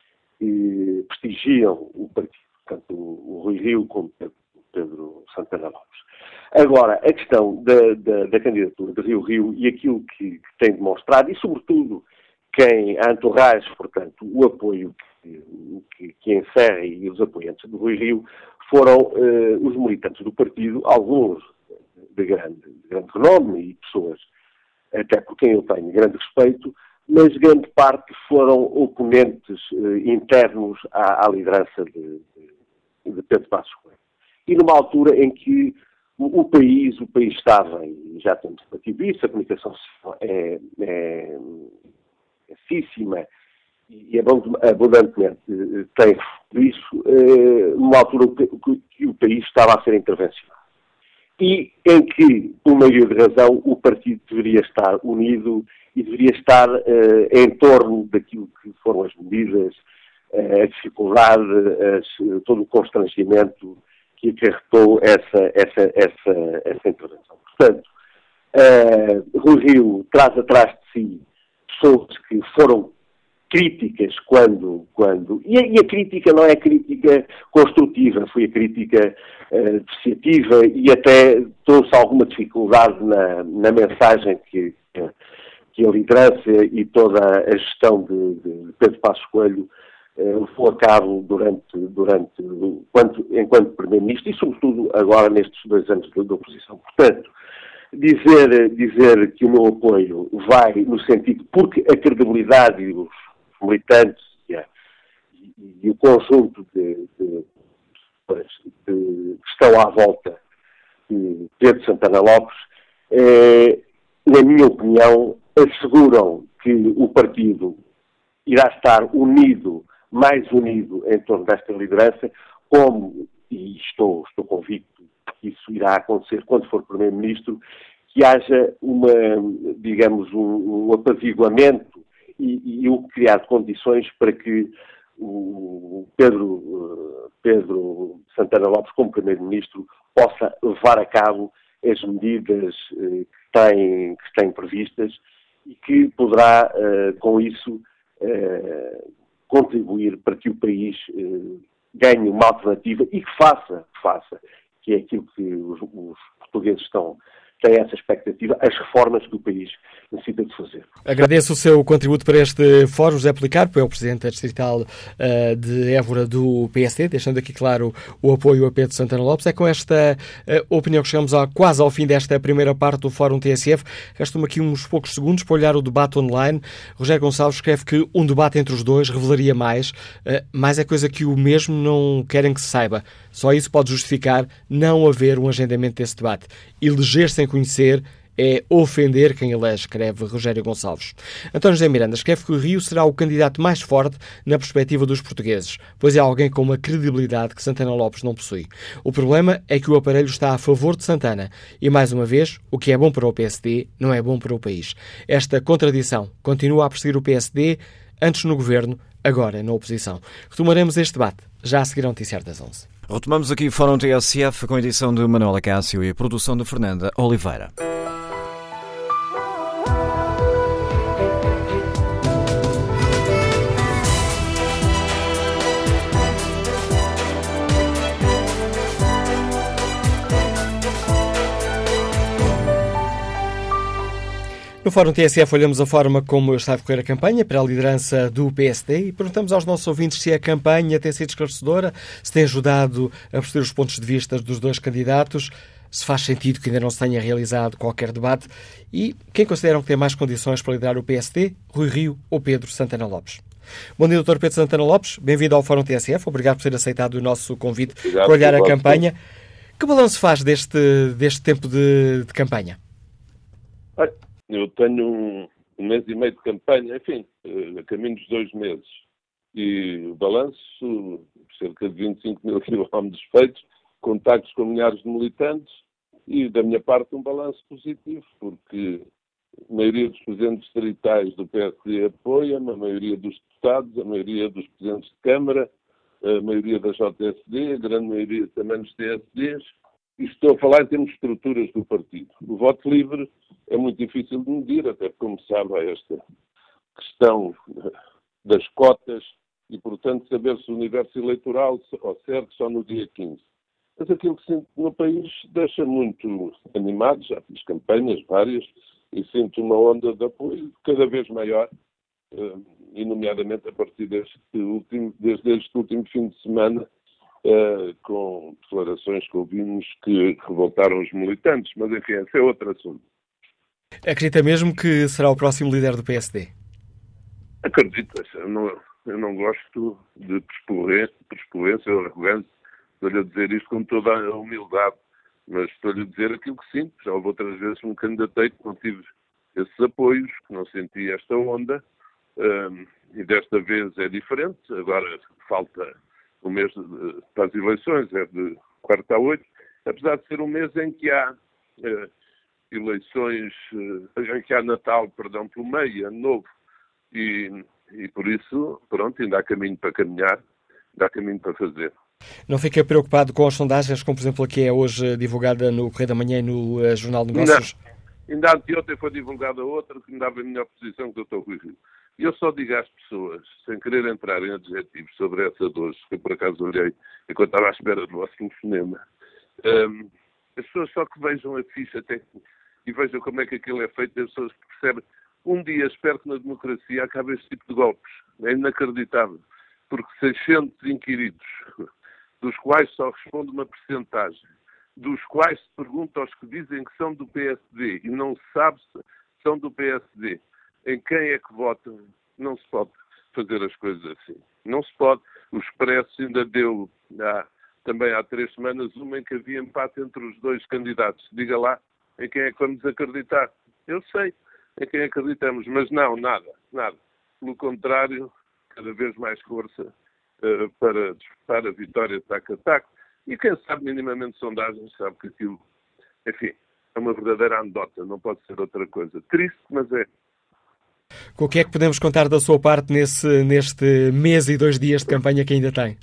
que prestigiam o partido, tanto o, o Rui Rio como o Pedro Santana Lopes. Agora, a questão da, da, da candidatura de Rio Rio e aquilo que, que tem demonstrado, e sobretudo quem, a entourage, portanto, o apoio que, que, que encerra e os apoiantes do Rui Rio, foram uh, os militantes do partido, alguns de grande, de grande renome e pessoas até por quem eu tenho grande respeito, mas grande parte foram oponentes uh, internos à, à liderança de, de, de Pedro Passos Coelho. E numa altura em que o, o país, o país estava, e já temos debatido isso, a comunicação é, é, é císsima e abundantemente tem isso, eh, numa altura que, que o país estava a ser intervencionado. E em que, por maioria de razão, o partido deveria estar unido e deveria estar eh, em torno daquilo que foram as medidas, eh, a dificuldade, as, todo o constrangimento que acarretou essa, essa, essa, essa intervenção. Portanto, eh, Rui Rio traz atrás de si pessoas que foram críticas quando... quando e, a, e a crítica não é crítica construtiva, foi a crítica uh, depreciativa e até trouxe alguma dificuldade na, na mensagem que, que a liderança e toda a gestão de, de Pedro Passos Coelho uh, levou a cabo durante, durante, enquanto, enquanto Primeiro-Ministro e sobretudo agora nestes dois anos de, de oposição. Portanto, dizer, dizer que o meu apoio vai no sentido, porque a credibilidade e os militantes e, a, e, e o conjunto de, de, de, de que estão à volta de Pedro Santana Lopes, eh, na minha opinião, asseguram que o partido irá estar unido, mais unido em torno desta liderança, como, e estou, estou convicto que isso irá acontecer quando for Primeiro-Ministro, que haja uma, digamos, um, um apaziguamento E, e o criar condições para que o Pedro, Pedro Santana Lopes, como Primeiro-Ministro, possa levar a cabo as medidas que tem, que tem previstas e que poderá, com isso, contribuir para que o país ganhe uma alternativa e que faça, que faça, que é aquilo que os, os portugueses estão tem essa expectativa, as reformas que o país necessita de fazer. Agradeço o seu contributo para este fórum, José Policarpo, é o Presidente da Distrital uh, de Évora do P S D, deixando aqui claro o apoio a Pedro Santana Lopes. É com esta uh, opinião que chegamos a, quase ao fim desta primeira parte do Fórum T S F. Restam-me aqui uns poucos segundos para olhar o debate online. Rogério Gonçalves escreve que um debate entre os dois revelaria mais, uh, mais é coisa que o mesmo não querem que se saiba. Só isso pode justificar não haver um agendamento desse debate. Eleger sem conhecer é ofender quem elege, escreve Rogério Gonçalves. António José Miranda escreve que o Rio será o candidato mais forte na perspectiva dos portugueses, pois é alguém com uma credibilidade que Santana Lopes não possui. O problema é que o aparelho está a favor de Santana e, mais uma vez, o que é bom para o P S D não é bom para o país. Esta contradição continua a perseguir o P S D, antes no governo, agora na oposição. Retomaremos este debate já a seguir ao noticiário das onze. Retomamos aqui o Fórum T S F com a edição de Manuela Cássio e a produção de Fernanda Oliveira. No Fórum T S F olhamos a forma como está a decorrer a campanha para a liderança do P S D e perguntamos aos nossos ouvintes se a campanha tem sido esclarecedora, se tem ajudado a perceber os pontos de vista dos dois candidatos, se faz sentido que ainda não se tenha realizado qualquer debate e quem consideram que tem mais condições para liderar o P S D, Rui Rio ou Pedro Santana Lopes. Bom dia, doutor Pedro Santana Lopes. Bem-vindo ao Fórum T S F. Obrigado por ter aceitado o nosso convite Obrigado, para olhar a campanha. Que balanço faz deste, deste tempo de, de campanha? Olha, eu tenho um, um mês e meio de campanha, enfim, a caminho dos dois meses. E o balanço, cerca de vinte e cinco mil quilómetros feitos, contactos com milhares de militantes e, da minha parte, um balanço positivo, porque a maioria dos presidentes distritais do P S D apoia-me, a maioria dos deputados, a maioria dos presidentes de Câmara, a maioria da J S D, a grande maioria também dos T S Ds, E estou a falar em termos de estruturas do partido. O voto livre é muito difícil de medir, até porque, como sabe, há esta questão das cotas e, portanto, saber se o universo eleitoral ao certo só no dia quinze. Mas aquilo que sinto no país deixa muito animado, já fiz campanhas várias, e sinto uma onda de apoio cada vez maior, e nomeadamente a partir deste último, desde este último fim de semana, com declarações que ouvimos que revoltaram os militantes. Mas, enfim, esse é outro assunto. Acredita mesmo que será o próximo líder do P S D? Acredito. Eu não, eu não gosto de prespolência ou arrogância. Estou-lhe a dizer isto com toda a humildade, mas estou-lhe a dizer aquilo que sinto. Já houve outras vezes que me candidatei que não tive esses apoios, que não senti esta onda, um, e desta vez é diferente. Agora falta um mês de, para as eleições, é de quarta a oito, apesar de ser um mês em que há uh, eleições, uh, em que há Natal, perdão, pelo meio, Ano Novo, e, e por isso, pronto, ainda há caminho para caminhar, ainda há caminho para fazer. Não fica preocupado com as sondagens, como por exemplo a que é hoje divulgada no Correio da Manhã e no uh, Jornal de Negócios? Não. Ainda anteontem foi divulgada outra que me dava a minha posição com o doutor Rui Rio. E eu só digo às pessoas, sem querer entrar em adjetivos sobre essa de hoje, que eu por acaso olhei enquanto estava à espera do vosso telefonema, um, as pessoas só que vejam a ficha técnica e vejam como é que aquilo é feito, as pessoas percebem. Um dia espero que na democracia acabe este tipo de golpes. É inacreditável. Porque seiscentos inquiridos, dos quais só responde uma percentagem, dos quais se pergunta aos que dizem que são do P S D e não se sabe se são do P S D, em quem é que votam, não se pode fazer as coisas assim. Não se pode. O Expresso ainda deu, há, também há três semanas, uma em que havia empate entre os dois candidatos. Diga lá em quem é que vamos acreditar. Eu sei em quem acreditamos, mas não, nada, nada. Pelo contrário, cada vez mais força uh, para disputar a vitória taco a taco. E quem sabe minimamente sondagens sabe que aquilo, enfim, é uma verdadeira anedota, não pode ser outra coisa. Triste, mas é. Com o que é que podemos contar da sua parte nesse, neste mês e dois dias de campanha que ainda tem?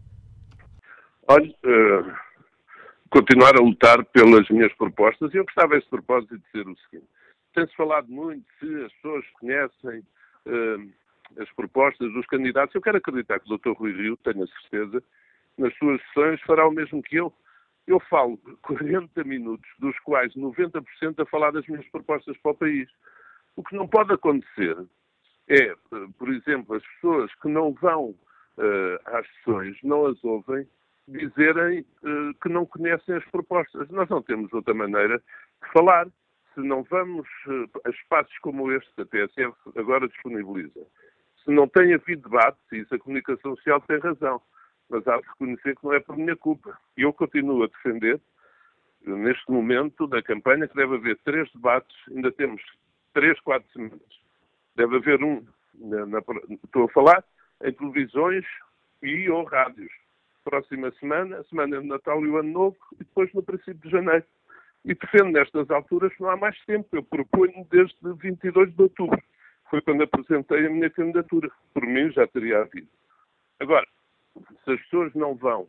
Olha, uh, continuar a lutar pelas minhas propostas, e eu gostava a esse propósito de dizer o seguinte. Tem-se falado muito se as pessoas conhecem uh, as propostas dos candidatos. Eu quero acreditar que o doutor Rui Rio, tenho a certeza, nas suas sessões fará o mesmo que eu. Eu falo quarenta minutos, dos quais noventa por cento a falar das minhas propostas para o país. O que não pode acontecer é, por exemplo, as pessoas que não vão uh, às sessões, não as ouvem, dizerem uh, que não conhecem as propostas. Nós não temos outra maneira de falar. Se não vamos uh, a espaços como este que a T S F agora disponibiliza, se não tem havido debate, e isso a comunicação social tem razão, mas há de reconhecer que não é por minha culpa. E eu continuo a defender, neste momento da campanha, que deve haver três debates, ainda temos três, quatro semanas. Deve haver um, na, na, estou a falar, em televisões e ou rádios. Próxima semana, a semana de Natal e o Ano Novo, e depois no princípio de janeiro. E defendo nestas alturas que não há mais tempo. Eu proponho desde vinte e dois de outubro. Foi quando apresentei a minha candidatura. Por mim já teria havido. Agora, se as pessoas não vão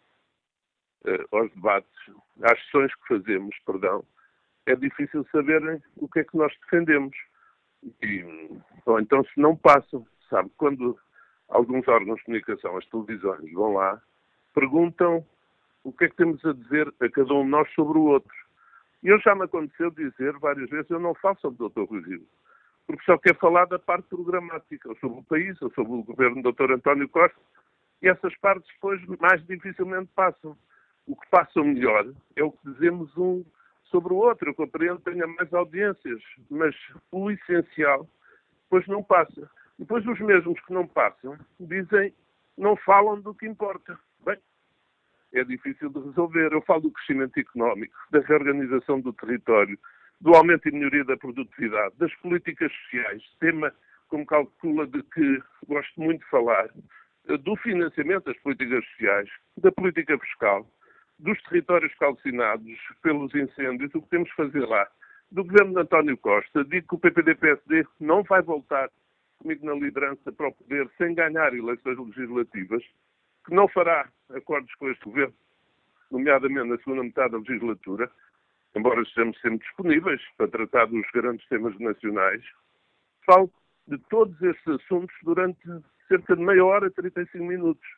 uh, aos debates, às sessões que fazemos, perdão, é difícil saberem o que é que nós defendemos. E, ou então se não passam, sabe, quando alguns órgãos de comunicação, as televisões, vão lá, perguntam o que é que temos a dizer a cada um de nós sobre o outro. E eu já me aconteceu dizer várias vezes, eu não falo sobre o doutor Rui Rio, porque só quer falar da parte programática, ou sobre o país, ou sobre o governo do doutor António Costa, e essas partes depois mais dificilmente passam. O que passa melhor é o que dizemos um sobre o outro. Eu compreendo que tenha mais audiências, mas o essencial depois não passa. Depois os mesmos que não passam dizem, não falam do que importa. Bem, é difícil de resolver. Eu falo do crescimento económico, da reorganização do território, do aumento e melhoria da produtividade, das políticas sociais, tema, como calcula, de que gosto muito de falar, do financiamento das políticas sociais, da política fiscal, dos territórios calcinados pelos incêndios, o que temos de fazer lá, do governo de António Costa. Digo que o P P D-P S D não vai voltar comigo na liderança para o poder sem ganhar eleições legislativas, que não fará acordos com este governo, nomeadamente na segunda metade da legislatura, embora estejamos sempre disponíveis para tratar dos grandes temas nacionais, falo de todos estes assuntos durante cerca de meia hora, trinta e cinco minutos.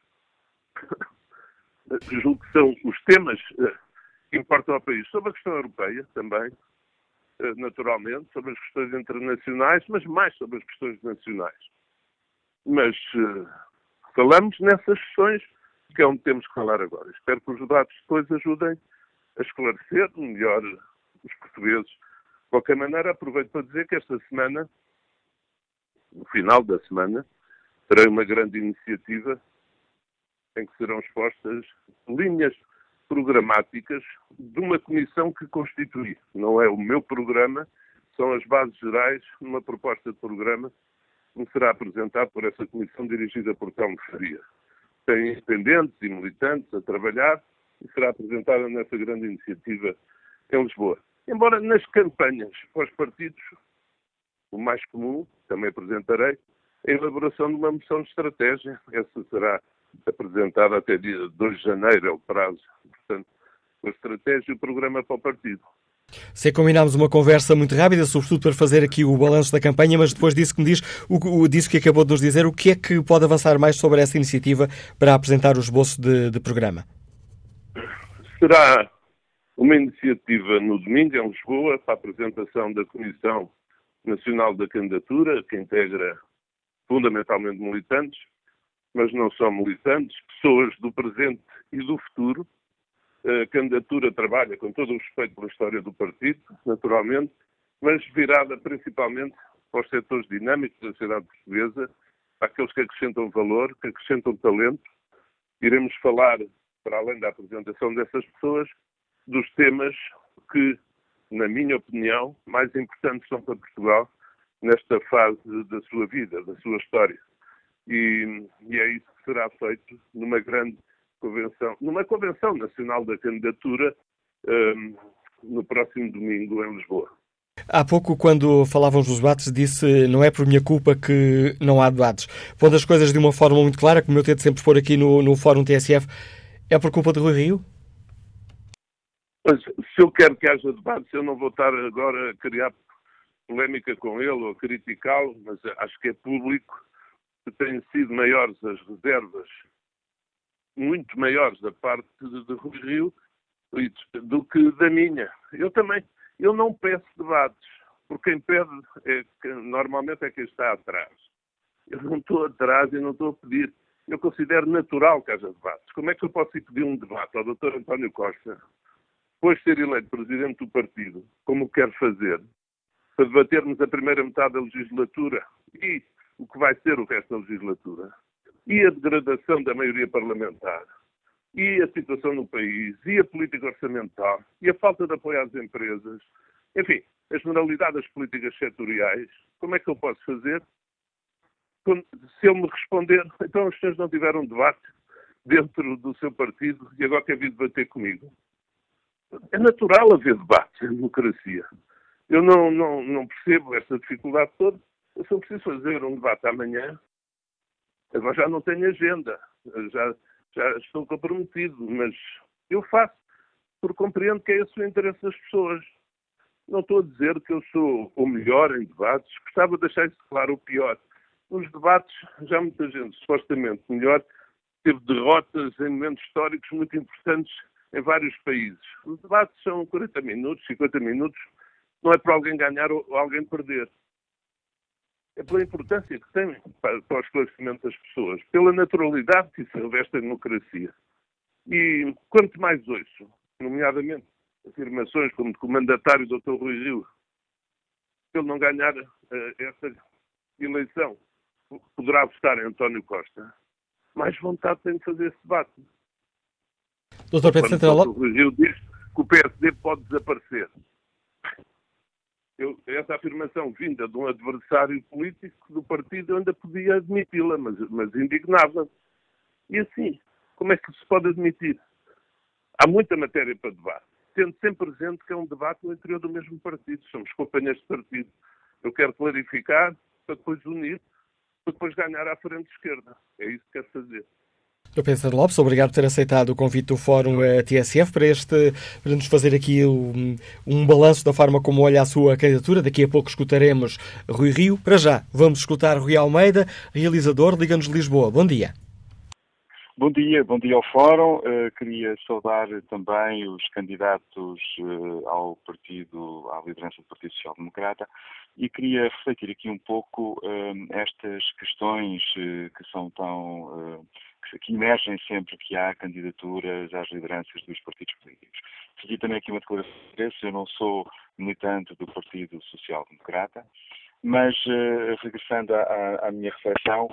Julgo que são os temas que importam ao país. Sobre a questão europeia também, naturalmente, sobre as questões internacionais, mas mais sobre as questões nacionais. Mas uh, falamos nessas questões que é onde temos que falar agora. Espero que os debates depois ajudem a esclarecer melhor os portugueses. De qualquer maneira, aproveito para dizer que esta semana, no final da semana, terei uma grande iniciativa em que serão expostas linhas programáticas de uma comissão que constitui. Não é o meu programa, são as bases gerais numa proposta de programa que me será apresentado por essa comissão dirigida por Telmo Faria. Tem independentes e militantes a trabalhar e será apresentada nessa grande iniciativa em Lisboa. Embora nas campanhas para os partidos, o mais comum, também apresentarei, é a elaboração de uma moção de estratégia. Essa será apresentada até dia dois de janeiro, é o prazo. Portanto, a estratégia e o programa para o partido. Sei que combinámos uma conversa muito rápida, sobretudo para fazer aqui o balanço da campanha, mas depois disso que me diz, o, o, disso que acabou de nos dizer, o que é que pode avançar mais sobre essa iniciativa para apresentar o esboço de, de programa? Será uma iniciativa no domingo em Lisboa para a apresentação da Comissão Nacional da Candidatura, que integra fundamentalmente militantes, mas não só militantes, pessoas do presente e do futuro. A candidatura trabalha com todo o respeito pela história do partido, naturalmente, mas virada principalmente para os setores dinâmicos da sociedade portuguesa, para aqueles que acrescentam valor, que acrescentam talento. Iremos falar, para além da apresentação dessas pessoas, dos temas que, na minha opinião, mais importantes são para Portugal nesta fase da sua vida, da sua história. E, e é isso que será feito numa grande convenção, numa convenção nacional da candidatura um, no próximo domingo em Lisboa. Há pouco, quando falávamos dos debates, disse não é por minha culpa que não há debates. Pondo as coisas de uma forma muito clara, como eu tento sempre pôr aqui no, no Fórum T S F, é por culpa de Rui Rio? Mas, se eu quero que haja debates, eu não vou estar agora a criar polémica com ele ou a criticá-lo, mas acho que é público que têm sido maiores as reservas, muito maiores da parte de, de Rui Rio do que da minha. Eu também, eu não peço debates, porque quem pede é, que, normalmente é quem está atrás. Eu não estou atrás e não estou a pedir. Eu considero natural que haja debates. Como é que eu posso ir pedir um debate ao doutor António Costa, depois de ser eleito presidente do partido, como quero fazer, para debatermos a primeira metade da legislatura e o que vai ser o resto da legislatura, e a degradação da maioria parlamentar, e a situação no país, e a política orçamental, e a falta de apoio às empresas, enfim, a generalidade das políticas setoriais, como é que eu posso fazer? Se ele me responder, então os senhores não tiveram debate dentro do seu partido e agora quer vir debater comigo. É natural haver debate em democracia. Eu não, não, não percebo esta dificuldade toda. Eu só preciso fazer um debate amanhã. Agora já não tenho agenda. Já, já estou comprometido. Mas eu faço porque compreendo que é esse o interesse das pessoas. Não estou a dizer que eu sou o melhor em debates. Gostava de deixar isso claro, o pior. Nos debates, já muita gente, supostamente melhor, teve derrotas em momentos históricos muito importantes em vários países. Os debates são quarenta minutos, cinquenta minutos. Não é para alguém ganhar ou alguém perder. É pela importância que tem para, para o esclarecimento das pessoas, pela naturalidade que se reveste a democracia. E quanto mais ouço, nomeadamente afirmações como de que o mandatário doutor Rui Rio, se ele não ganhar uh, esta eleição, poderá votar em António Costa, mais vontade tem de fazer esse debate. doutor Pedro Santana Lopes. O Rui Rio diz que o P S D pode desaparecer. Eu, essa afirmação vinda de um adversário político do partido, eu ainda podia admiti-la, mas, mas indignava. E assim, como é que se pode admitir? Há muita matéria para debate, tendo sempre presente que é um debate no interior do mesmo partido. Somos companheiros de partido. Eu quero clarificar para depois unir, para depois ganhar à frente esquerda. É isso que quero fazer. doutor Pedro Santana Lopes, obrigado por ter aceitado o convite do Fórum T S F para, este, para nos fazer aqui um, um balanço da forma como olha a sua candidatura. Daqui a pouco escutaremos Rui Rio. Para já, vamos escutar Rui Almeida, realizador, Liga-nos Lisboa. Bom dia. Bom dia, bom dia ao Fórum. Uh, queria saudar também os candidatos uh, ao partido, à liderança do Partido Social Democrata, e queria refletir aqui um pouco uh, estas questões uh, que são tão... Uh, que emergem sempre que há candidaturas às lideranças dos partidos políticos. Fiz também aqui uma declaração de interesse. Eu não sou militante do Partido Social Democrata, mas, uh, regressando à, à minha reflexão,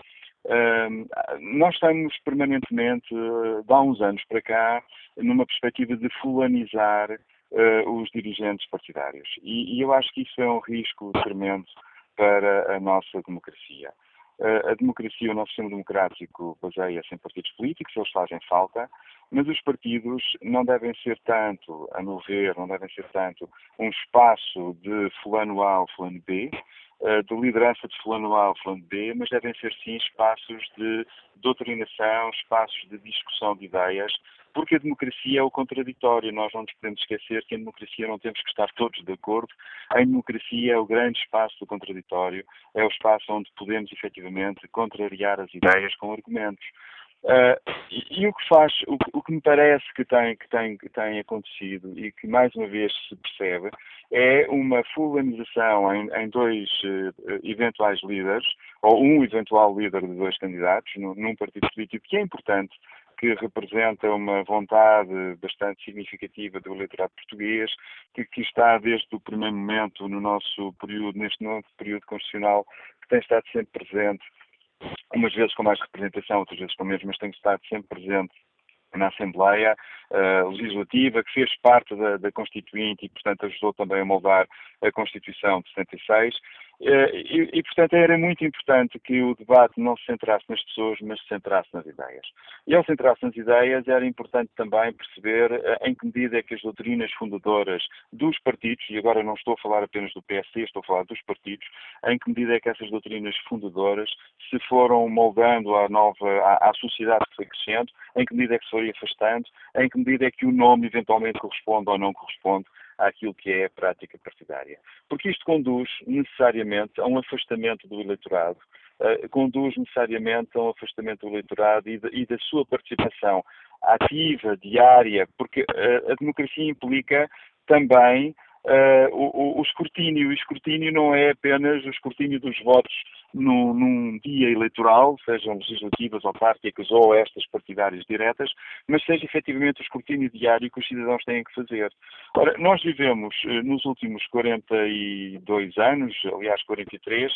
uh, nós estamos permanentemente, uh, de há uns anos para cá, numa perspectiva de fulanizar uh, os dirigentes partidários. E, e eu acho que isso é um risco tremendo para a nossa democracia. Uh, a democracia, o nosso sistema democrático baseia-se em partidos políticos, eles fazem falta, mas os partidos não devem ser tanto, a meu ver, não devem ser tanto um espaço de fulano A ou fulano B, uh, de liderança de fulano A ou fulano B, mas devem ser sim espaços de doutrinação, espaços de discussão de ideias, porque a democracia é o contraditório. Nós não nos podemos esquecer que em democracia não temos que estar todos de acordo. Em democracia é o grande espaço do contraditório, é o espaço onde podemos efetivamente contrariar as ideias com argumentos. Uh, e, e o que faz, o, o que me parece que tem, que, tem, que tem acontecido e que mais uma vez se percebe é uma fulanização em, em dois uh, eventuais líderes, ou um eventual líder de dois candidatos num, num partido político que é importante, que representa uma vontade bastante significativa do eleitorado português, que, que está desde o primeiro momento no nosso período, neste novo período constitucional, que tem estado sempre presente, umas vezes com mais representação, outras vezes com menos, mas tem estado sempre presente na Assembleia uh, Legislativa, que fez parte da, da Constituinte e, portanto, ajudou também a moldar a Constituição de setenta e seis. Uh, e, e, portanto, era muito importante que o debate não se centrasse nas pessoas, mas se centrasse nas ideias. E ao centrar-se nas ideias, era importante também perceber uh, em que medida é que as doutrinas fundadoras dos partidos, e agora não estou a falar apenas do P S D, estou a falar dos partidos, em que medida é que essas doutrinas fundadoras se foram moldando à nova, à, à sociedade que foi crescendo, em que medida é que se foi afastando, em que medida é que o nome eventualmente corresponde ou não corresponde àquilo que é a prática partidária. Porque isto conduz necessariamente a um afastamento do eleitorado, uh, conduz necessariamente a um afastamento do eleitorado e, de, e da sua participação ativa, diária, porque uh, a democracia implica também uh, o, o, o escrutínio. O escrutínio não é apenas o escrutínio dos votos num, num dia eleitoral, sejam legislativas, autárquicas ou estas partidárias diretas, mas seja efetivamente o escrutínio diário que os cidadãos têm que fazer. Ora, nós vivemos nos últimos quarenta e dois anos, aliás quarenta e três,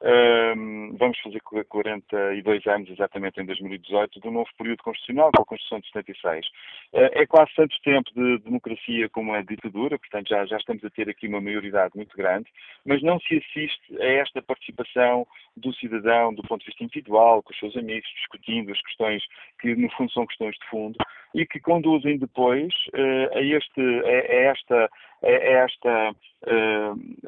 um, vamos fazer quarenta e dois anos exatamente em dois mil e dezoito, do novo período constitucional, com a Constituição de setenta e seis. Uh, é quase tanto tempo de democracia como é de ditadura, portanto já, já estamos a ter aqui uma maioridade muito grande, mas não se assiste a esta participação do cidadão do ponto de vista individual, com os seus amigos, discutindo as questões que no fundo são questões de fundo e que conduzem depois uh, a, este, a, a esta, a esta, uh,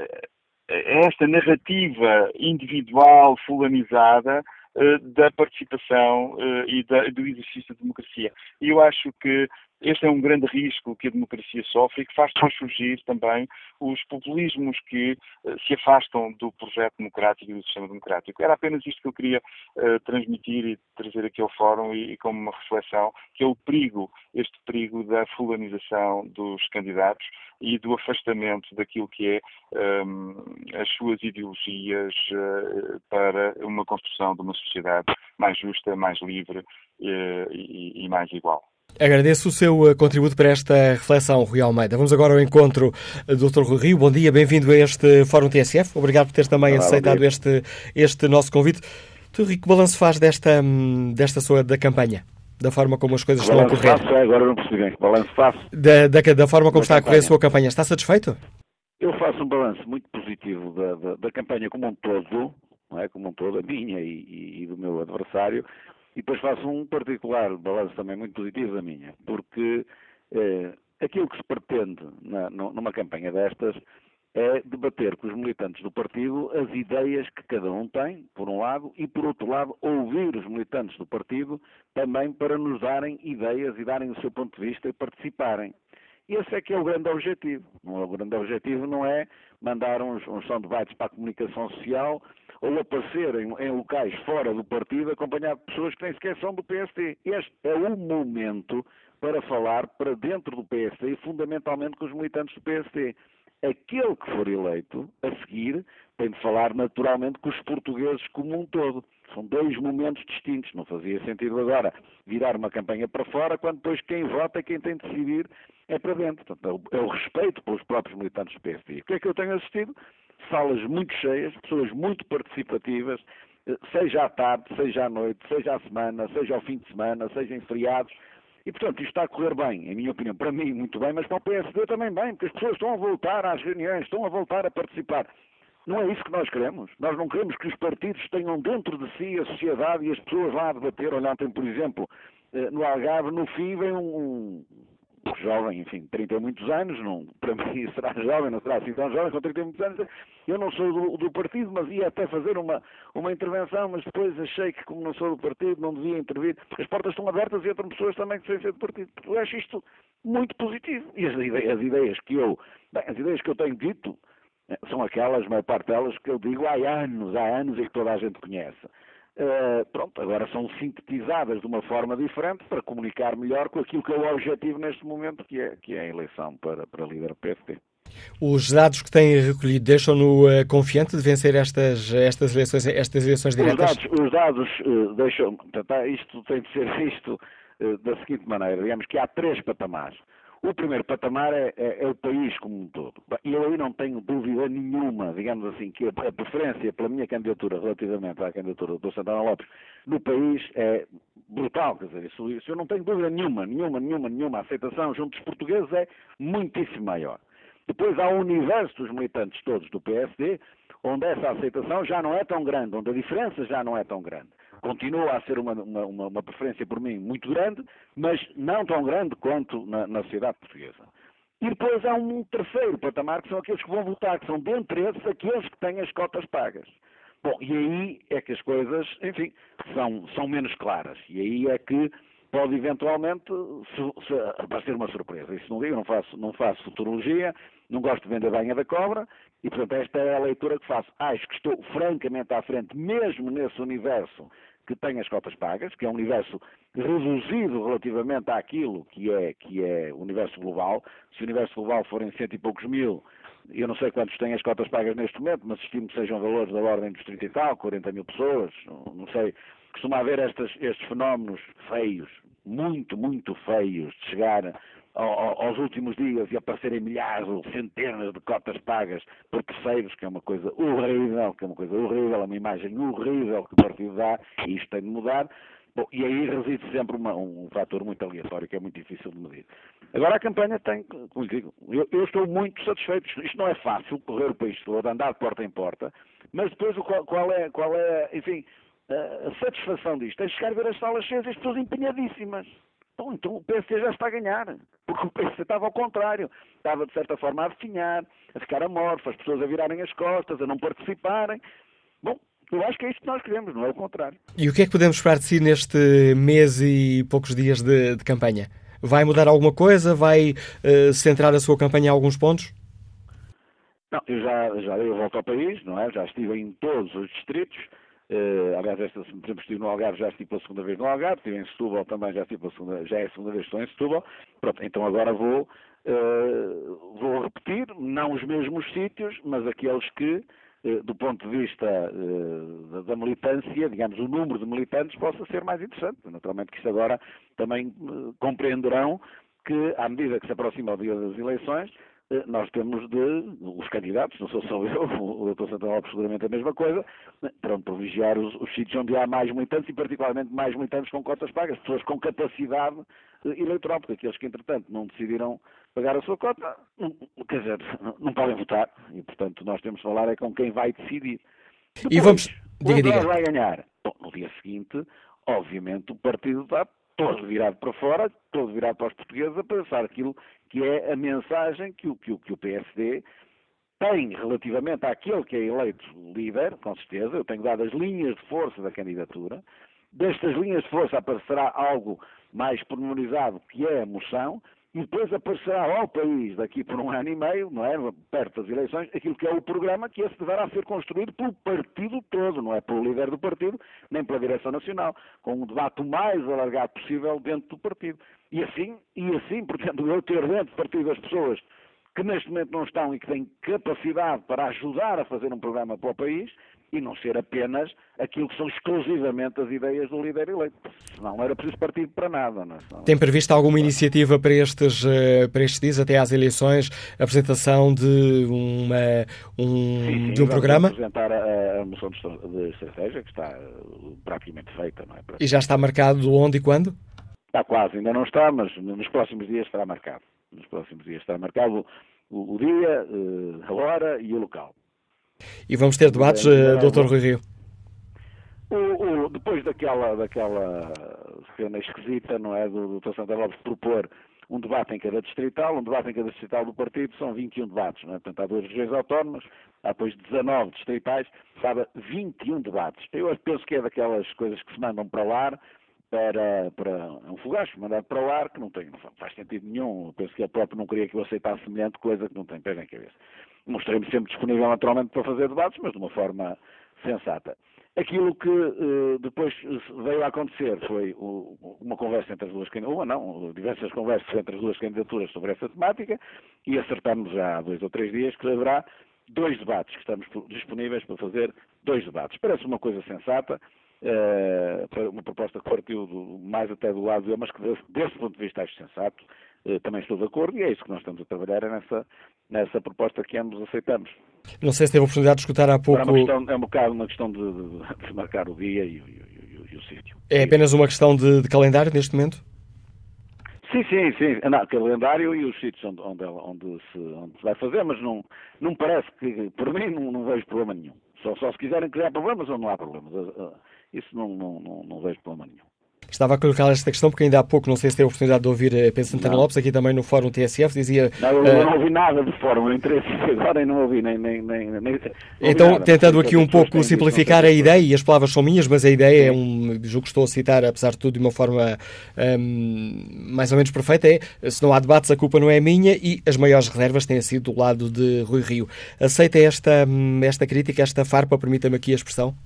a esta narrativa individual fulanizada uh, da participação uh, e da, do exercício da democracia. E eu acho que este é um grande risco que a democracia sofre e que faz surgir também os populismos que uh, se afastam do projeto democrático e do sistema democrático. Era apenas isto que eu queria uh, transmitir e trazer aqui ao Fórum e, e como uma reflexão, que é o perigo, este perigo da fulanização dos candidatos e do afastamento daquilo que é um, as suas ideologias uh, para uma construção de uma sociedade mais justa, mais livre uh, e, e mais igual. Agradeço o seu contributo para esta reflexão, Rui Almeida. Vamos agora ao encontro do doutor Rui Rio. Bom dia, bem-vindo a este Fórum T S F. Obrigado por ter também Olá, aceitado este, este nosso convite. doutor Rui, que balanço faz desta, desta sua da campanha? Da forma como as coisas balanço estão a correr? Faço, agora não percebi bem. Balanço faço. Da, da, da forma como da está campanha. a correr a sua campanha. Está satisfeito? Eu faço um balanço muito positivo da, da, da campanha como um todo, não é? Como um todo, a minha e, e, e do meu adversário. E depois faço um particular balanço também muito positivo da minha, porque eh, aquilo que se pretende na, numa campanha destas é debater com os militantes do partido as ideias que cada um tem, por um lado, e por outro lado, ouvir os militantes do partido também para nos darem ideias e darem o seu ponto de vista e participarem. Esse é que é o grande objetivo. O grande objetivo não é mandar uns, uns soundbites para a comunicação social ou aparecer em, em locais fora do partido acompanhado de pessoas que nem sequer são do P S D. Este é o momento para falar para dentro do P S D e fundamentalmente com os militantes do P S D. Aquele que for eleito, a seguir, tem de falar naturalmente com os portugueses como um todo. São dois momentos distintos. Não fazia sentido agora virar uma campanha para fora, quando depois quem vota, quem tem de decidir, é para dentro. Portanto, é o respeito pelos próprios militantes do P S D. O que é que eu tenho assistido? Salas muito cheias, pessoas muito participativas, seja à tarde, seja à noite, seja à semana, seja ao fim de semana, seja em feriados. E, portanto, isto está a correr bem, em minha opinião, para mim muito bem, mas para o P S D também bem, porque as pessoas estão a voltar às reuniões, estão a voltar a participar. Não é isso que nós queremos. Nós não queremos que os partidos tenham dentro de si a sociedade e as pessoas lá a debater. Olha, ontem, por exemplo, no Algarve, no fim, vem um, um jovem, enfim, trinta e muitos anos, não, para mim será jovem, não será assim tão jovem, com trinta e muitos anos. Eu não sou do, do partido, mas ia até fazer uma, uma intervenção, mas depois achei que, como não sou do partido, não devia intervir, porque as portas estão abertas e outras pessoas também que têm ser do partido. Eu acho isto muito positivo. E as ideias, as ideias que eu, bem, as ideias que eu tenho dito, são aquelas, a maior parte delas, que eu digo há anos, há anos e que toda a gente conhece. Uh, pronto, agora são sintetizadas de uma forma diferente para comunicar melhor com aquilo que é o objetivo neste momento, que é, que é a eleição para, para líder do P S D. Os dados que têm recolhido deixam-no uh, confiante de vencer estas, estas, eleições, estas eleições diretas? Os dados, os dados uh, deixam... Portanto, isto tem de ser visto uh, da seguinte maneira. Digamos que há três patamares. O primeiro patamar é, é, é o país como um todo. E eu aí não tenho dúvida nenhuma, digamos assim, que a, a preferência pela minha candidatura relativamente à candidatura do doutor Santana Lopes no país é brutal. Quer dizer, isso, isso eu não tenho dúvida nenhuma, nenhuma, nenhuma, nenhuma. A aceitação junto dos portugueses é muitíssimo maior. Depois há o universo dos militantes todos do P S D, onde essa aceitação já não é tão grande, onde a diferença já não é tão grande. Continua a ser uma, uma, uma preferência por mim muito grande, mas não tão grande quanto na, na sociedade portuguesa. E depois há um terceiro patamar, que são aqueles que vão votar, que são dentre esses aqueles que têm as cotas pagas. Bom, e aí é que as coisas, enfim, são, são menos claras. E aí é que pode eventualmente se, se aparecer uma surpresa. Isso não digo, não faço, não faço futurologia, não gosto de vender banha da cobra, e portanto esta é a leitura que faço. Acho que estou francamente à frente, mesmo nesse universo que tem as cotas pagas, que é um universo reduzido relativamente àquilo que é, que é o universo global. Se o universo global forem cento e poucos mil, eu não sei quantos têm as cotas pagas neste momento, mas estimo que sejam valores da ordem dos trinta e tal, quarenta mil pessoas, não sei. Costuma haver estes, estes fenómenos feios, muito, muito feios, de chegar ao, aos últimos dias e aparecerem milhares ou centenas de cotas pagas por terceiros, que é uma coisa horrível, que é uma coisa horrível, é uma imagem horrível que o partido dá, e isto tem de mudar. Bom, e aí reside sempre uma, um fator muito aleatório que é muito difícil de medir. Agora a campanha tem, como digo, eu, eu estou muito satisfeito. Isto não é fácil, correr o país todo, andar de porta em porta, mas depois o, qual, qual, é, qual é, enfim, a, a satisfação disto é chegar a ver as salas cheias e as pessoas empenhadíssimas. Bom, então o P S D já está a ganhar, porque o P S D estava ao contrário, estava de certa forma a definhar, a ficar amorfo, as pessoas a virarem as costas, a não participarem. Bom, eu acho que é isto que nós queremos, não é o contrário. E o que é que podemos esperar de si neste mês e poucos dias de, de campanha? Vai mudar alguma coisa? Vai uh, centrar a sua campanha em alguns pontos? Não, eu já, já dei a volta ao país, não é? Já estive em todos os distritos. Uh, aliás, esta, por exemplo, estive no Algarve, já estive pela segunda vez no Algarve, estive em Setúbal também, já, estive pela segunda, já é a segunda vez que estou em Setúbal. Pronto, então agora vou, uh, vou repetir, não os mesmos sítios, mas aqueles que, uh, do ponto de vista uh, da, da militância, digamos, o número de militantes possa ser mais interessante. Naturalmente que isto agora também uh, compreenderão que, à medida que se aproxima o dia das eleições, nós temos de, os candidatos, não sou só eu, o doutor Santana Lopes seguramente a mesma coisa, terão de privilegiar os, os sítios onde há mais militantes e particularmente mais militantes com cotas pagas, pessoas com capacidade eleitoral, porque aqueles que entretanto não decidiram pagar a sua cota, não, quer dizer, não podem votar e portanto nós temos de falar é com quem vai decidir. Depois, e vamos, diga, diga. diga. vai ganhar? Bom, no dia seguinte, obviamente o partido está todo virado para fora, todo virado para os portugueses a pensar aquilo que é a mensagem que o, que o, que o P S D tem relativamente àquele que é eleito líder, com certeza. Eu tenho dado as linhas de força da candidatura. Destas linhas de força aparecerá algo mais pormenorizado, que é a moção, e depois aparecerá ao país, daqui por um ano e meio, não é, perto das eleições, aquilo que é o programa, que esse deverá ser construído pelo partido todo, não é pelo líder do partido, nem pela direção nacional, com um debate o mais alargado possível dentro do partido. E assim, e assim, portanto, eu ter dentro do partido as pessoas que neste momento não estão e que têm capacidade para ajudar a fazer um programa para o país, e não ser apenas aquilo que são exclusivamente as ideias do líder eleito. Senão não era preciso partido para nada. Não é? Senão... Tem previsto alguma iniciativa para estes, para estes dias, até às eleições, a apresentação de, uma, um, sim, sim, de um programa? Apresentar a, a moção de estratégia, que está praticamente feita. Não é? E já está marcado onde e quando? Está quase, ainda não está, mas nos próximos dias estará marcado. Nos próximos dias estará marcado o, o dia, a hora e o local. E vamos ter debates, uh, doutor Rui Rio? O, o, depois daquela, daquela cena esquisita, não é, do doutor Santana Lopes propor um debate em cada distrital, um debate em cada distrital do partido, são vinte e um debates, não é? Portanto, há duas regiões autónomas, há depois dezanove distritais, sabe, vinte e um debates. Eu penso que é daquelas coisas que se mandam para lá, para, para um fogacho, mandado para o ar, que não, tem, não faz sentido nenhum. Eu penso que ele próprio não queria que eu aceitasse semelhante coisa que não tem pé nem cabeça. Mostrei-me sempre disponível naturalmente para fazer debates, mas de uma forma sensata. Aquilo que uh, depois veio a acontecer foi uh, uma conversa entre as duas candidaturas, não, diversas conversas entre as duas candidaturas sobre essa temática, e acertamos já há dois ou três dias que haverá dois debates, que estamos disponíveis para fazer dois debates. Parece uma coisa sensata, uh, uma proposta que partiu do, mais até do lado dele, mas que desse, desse ponto de vista acho sensato. Uh, também estou de acordo, e é isso que nós estamos a trabalhar, é nessa, nessa proposta que ambos aceitamos. Não sei se teve a oportunidade de escutar há pouco... É uma questão, é um bocado uma questão de, de, de marcar o dia e, e, e, e o sítio. É apenas uma questão de, de calendário neste momento? Sim, sim, sim. Não, calendário e os sítios onde, onde, onde, se, onde se vai fazer, mas não, não parece que, por mim, não, não vejo problema nenhum. Só, só se quiserem criar problemas ou não há problemas. Isso não, não, não, não vejo problema nenhum. Estava a colocar esta questão porque ainda há pouco, não sei se teve a oportunidade de ouvir a Pedro Santana Lopes, aqui também no Fórum T S F, dizia... Não, eu uh... não ouvi nada de Fórum, eu entrei agora e não ouvi nem... nem, nem, nem então, nada, tentando aqui um pouco simplificar a ideia, e as palavras são minhas, mas a ideia é um... julgo que estou a citar, apesar de tudo, de uma forma um, mais ou menos perfeita, é, se não há debates, a culpa não é minha, e as maiores reservas têm sido do lado de Rui Rio. Aceita esta, esta crítica, esta farpa, permita-me aqui a expressão?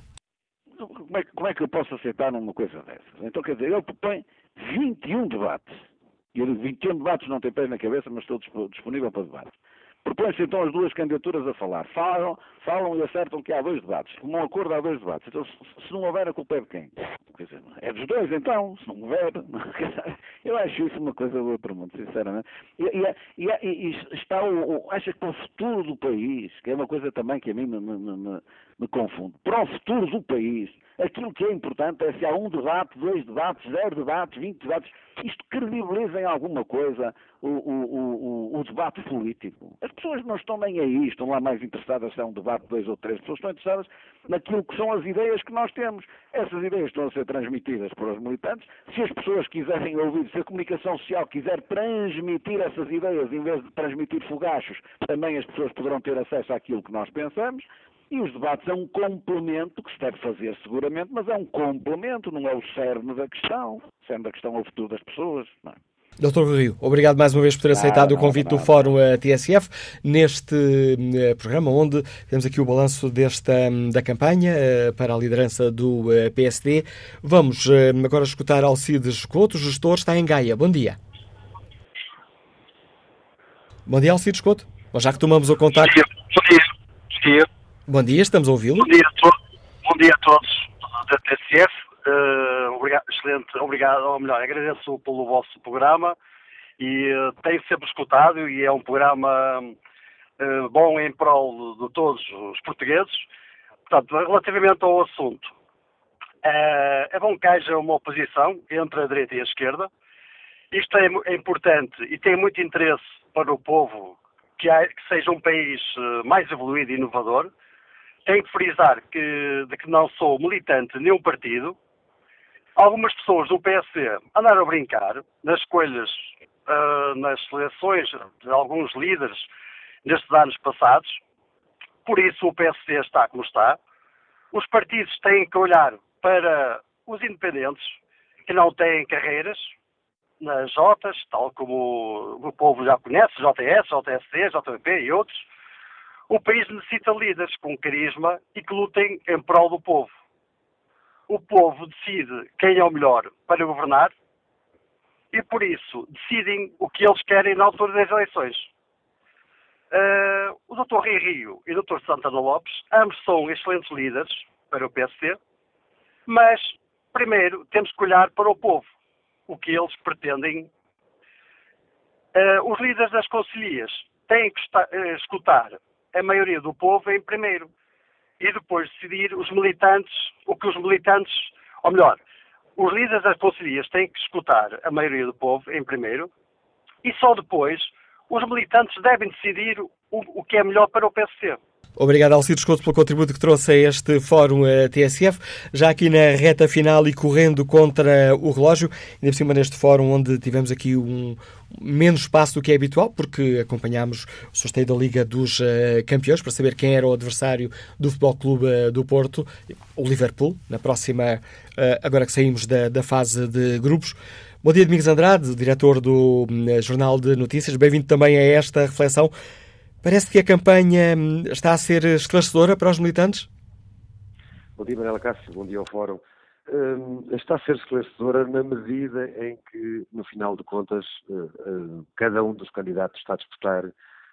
Como é, como é que eu posso aceitar numa coisa dessas? Então, quer dizer, ele propõe vinte e um debates. E eu digo, vinte e um debates não tem pés na cabeça, mas estou disponível para debates. Propõe-se então as duas candidaturas a falar. Falam, falam e acertam que há dois debates. Como um acordo há dois debates. Então, se, se não houver, a culpa é de quem? Quer dizer, é dos dois, então. Se não houver... Eu acho isso uma coisa do outro mundo, sinceramente. E, e, e, e está o, o... Acha que para o futuro do país, que é uma coisa também que a mim me, me, me, me confunde, para o futuro do país, aquilo que é importante é se há um debate, dois debates, zero debates, vinte debates. Isto credibiliza em alguma coisa o, o, o, o debate político. As pessoas não estão nem aí, estão lá mais interessadas se é um debate, dois ou três. As pessoas estão interessadas naquilo que são as ideias que nós temos. Essas ideias estão a ser transmitidas por os militantes. Se as pessoas quiserem ouvir, se a comunicação social quiser transmitir essas ideias, em vez de transmitir fogachos, também as pessoas poderão ter acesso àquilo que nós pensamos. E os debates é um complemento que se deve fazer seguramente, mas é um complemento, não é o cerne da questão. O cerne da questão é o futuro das pessoas. Não é? doutor Rio, obrigado mais uma vez por ter aceitado nada, o convite nada, do Fórum nada. T S F neste uh, programa, onde temos aqui o balanço desta, da campanha uh, para a liderança do uh, P S D. Vamos uh, agora escutar Alcides Couto, gestor, está em Gaia. Bom dia. Bom dia, Alcides Couto. Bom, já que tomamos o contacto... Bom dia. Bom dia. Bom dia, estamos a ouvi-lo. Bom dia a, to Bom dia a todos da T S F. Uh, obrigado, excelente, obrigado, ou melhor, agradeço pelo vosso programa e uh, tenho sempre escutado e é um programa uh, bom em prol de, de todos os portugueses. Portanto, relativamente ao assunto, uh, é bom que haja uma oposição entre a direita e a esquerda. Isto é, é importante e tem muito interesse para o povo que, há, que seja um país uh, mais evoluído e inovador. Tenho que frisar que, de que não sou militante de nenhum partido. Algumas pessoas do P S D andaram a brincar nas escolhas, uh, nas seleções de alguns líderes nestes anos passados. Por isso o P S D está como está. Os partidos têm que olhar para os independentes, que não têm carreiras nas Jotas, tal como o povo já conhece, J S, J S D, J V P e outros. O país necessita líderes com carisma e que lutem em prol do povo. O povo decide quem é o melhor para governar e, por isso, decidem o que eles querem na altura das eleições. Uh, o doutor Rui Rio e o doutor Santana Lopes, ambos são excelentes líderes para o P S D, mas, primeiro, temos que olhar para o povo, o que eles pretendem. Uh, os líderes das concelhias têm que escutar a maioria do povo em primeiro e depois decidir os militantes, o que os militantes, ou melhor, os líderes das concelhias têm que escutar a maioria do povo em primeiro e só depois os militantes devem decidir o, o que é melhor para o P S D. Obrigado, Alcides Couto, pelo contributo que trouxe a este Fórum T S F. Já aqui na reta final e correndo contra o relógio, ainda por cima neste Fórum onde tivemos aqui um menos espaço do que é habitual, porque acompanhámos o sorteio da Liga dos uh, Campeões para saber quem era o adversário do Futebol Clube uh, do Porto, o Liverpool, na próxima, uh, agora que saímos da, da fase de grupos. Bom dia, Domingos Andrade, diretor do uh, Jornal de Notícias. Bem-vindo também a esta reflexão. Parece que a campanha está a ser esclarecedora para os militantes? Bom dia, Manela Cássio. Bom dia ao Fórum. Um, está a ser esclarecedora na medida em que, no final de contas, uh, uh, cada um dos candidatos está a disputar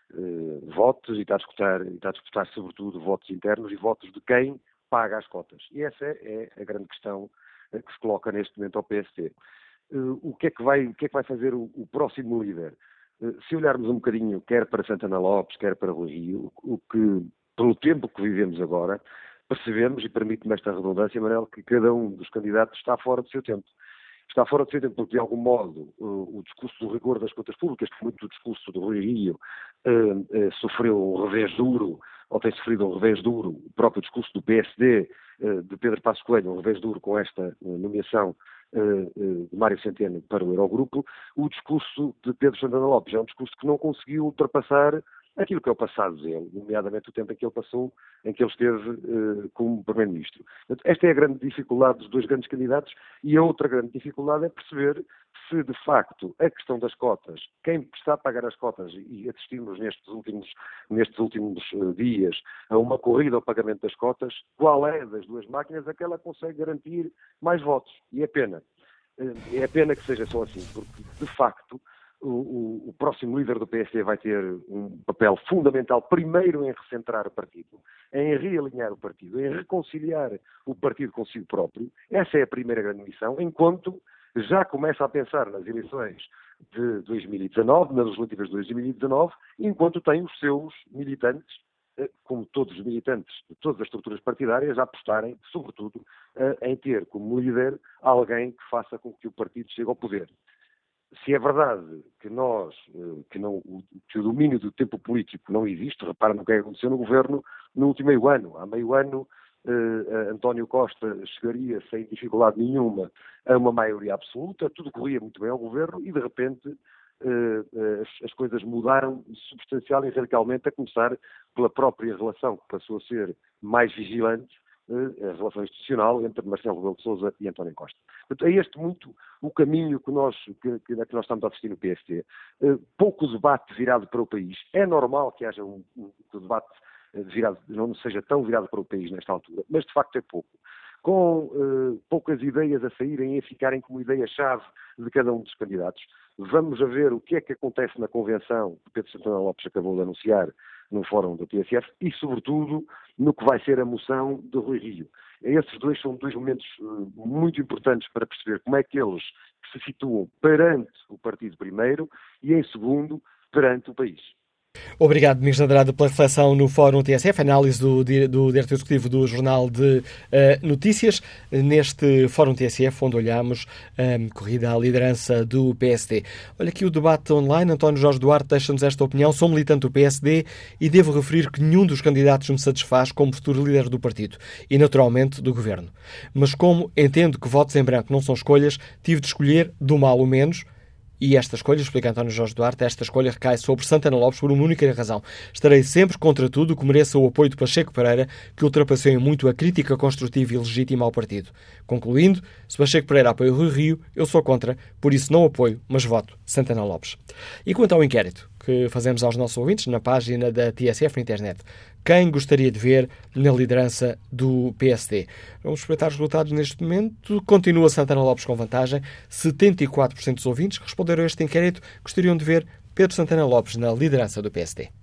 uh, votos e está a disputar, e está a disputar, sobretudo, votos internos e votos de quem paga as cotas. E essa é a grande questão uh, que se coloca neste momento ao P S D. Uh, o, que é que vai, o que é que vai fazer o, o próximo líder? Se olharmos um bocadinho, quer para Santana Lopes, quer para Rui Rio, o que, pelo tempo que vivemos agora, percebemos, e permite-me esta redundância, Manel, que cada um dos candidatos está fora do seu tempo. Está fora do seu tempo porque, de algum modo, o, o discurso do rigor das contas públicas, que muito do discurso do Rui Rio uh, uh, sofreu um revés duro, ou tem sofrido um revés duro, o próprio discurso do P S D, uh, de Pedro Passos Coelho, um revés duro com esta uh, nomeação de Mário Centeno para o Eurogrupo. O discurso de Pedro Santana Lopes é um discurso que não conseguiu ultrapassar aquilo que é o passado dele, nomeadamente o tempo em que ele passou, em que ele esteve uh, como Primeiro-Ministro. Esta é a grande dificuldade dos dois grandes candidatos e a outra grande dificuldade é perceber se, de facto, a questão das cotas, quem está a pagar as cotas, e assistimos nestes últimos, nestes últimos uh, dias a uma corrida ao pagamento das cotas, qual é das duas máquinas aquela que consegue garantir mais votos. E é pena. Uh, é pena que seja só assim, porque, de facto, O, o, o próximo líder do P S D vai ter um papel fundamental, primeiro em recentrar o partido, em realinhar o partido, em reconciliar o partido consigo próprio. Essa é a primeira grande missão, enquanto já começa a pensar nas eleições de dois mil e dezanove, nas legislativas de dois mil e dezanove, enquanto tem os seus militantes, como todos os militantes de todas as estruturas partidárias, a apostarem, sobretudo, em ter como líder alguém que faça com que o partido chegue ao poder. Se é verdade que nós, que, não, que o domínio do tempo político não existe, repara no que aconteceu no governo no último meio ano. Há meio ano, eh, António Costa chegaria sem dificuldade nenhuma a uma maioria absoluta, tudo corria muito bem ao governo e, de repente, eh, as, as coisas mudaram substancial e radicalmente, a começar pela própria relação, que passou a ser mais vigilante, a relação institucional entre Marcelo Rebelo de Sousa e António Costa. Portanto, é este muito o caminho que nós, que, que, que nós estamos a assistir no P S D. Uh, pouco debate virado para o país. É normal que haja um, um, um debate virado, não seja tão virado para o país nesta altura, mas de facto é pouco. Com uh, poucas ideias a saírem e a ficarem como ideia-chave de cada um dos candidatos. Vamos a ver o que é que acontece na convenção que Pedro Santana Lopes acabou de anunciar no Fórum da T S F e, sobretudo, no que vai ser a moção de Rui Rio. Esses dois são dois momentos uh, muito importantes para perceber como é que eles se situam perante o partido primeiro e, em segundo, perante o país. Obrigado, Domingos Andrade, pela reflexão no Fórum T S F, análise do, do diretor executivo do Jornal de uh, Notícias, neste Fórum T S F, onde olhamos um, corrida à liderança do P S D. Olha aqui o debate online. António Jorge Duarte deixa-nos esta opinião. Sou militante do P S D e devo referir que nenhum dos candidatos me satisfaz como futuro líder do partido e, naturalmente, do governo. Mas como entendo que votos em branco não são escolhas, tive de escolher do mal o menos E esta escolha, explica António Jorge Duarte, esta escolha recai sobre Santana Lopes por uma única razão. Estarei sempre contra tudo que mereça o apoio de Pacheco Pereira, que ultrapassou em muito a crítica construtiva e legítima ao partido. Concluindo, se Pacheco Pereira apoia o Rui Rio, eu sou contra, por isso não apoio, mas voto Santana Lopes. E quanto ao inquérito que fazemos aos nossos ouvintes na página da T S F na internet, quem gostaria de ver na liderança do P S D? Vamos espreitar os resultados neste momento. Continua Santana Lopes com vantagem. setenta e quatro por cento dos ouvintes responderam a este inquérito, gostariam de ver Pedro Santana Lopes na liderança do P S D.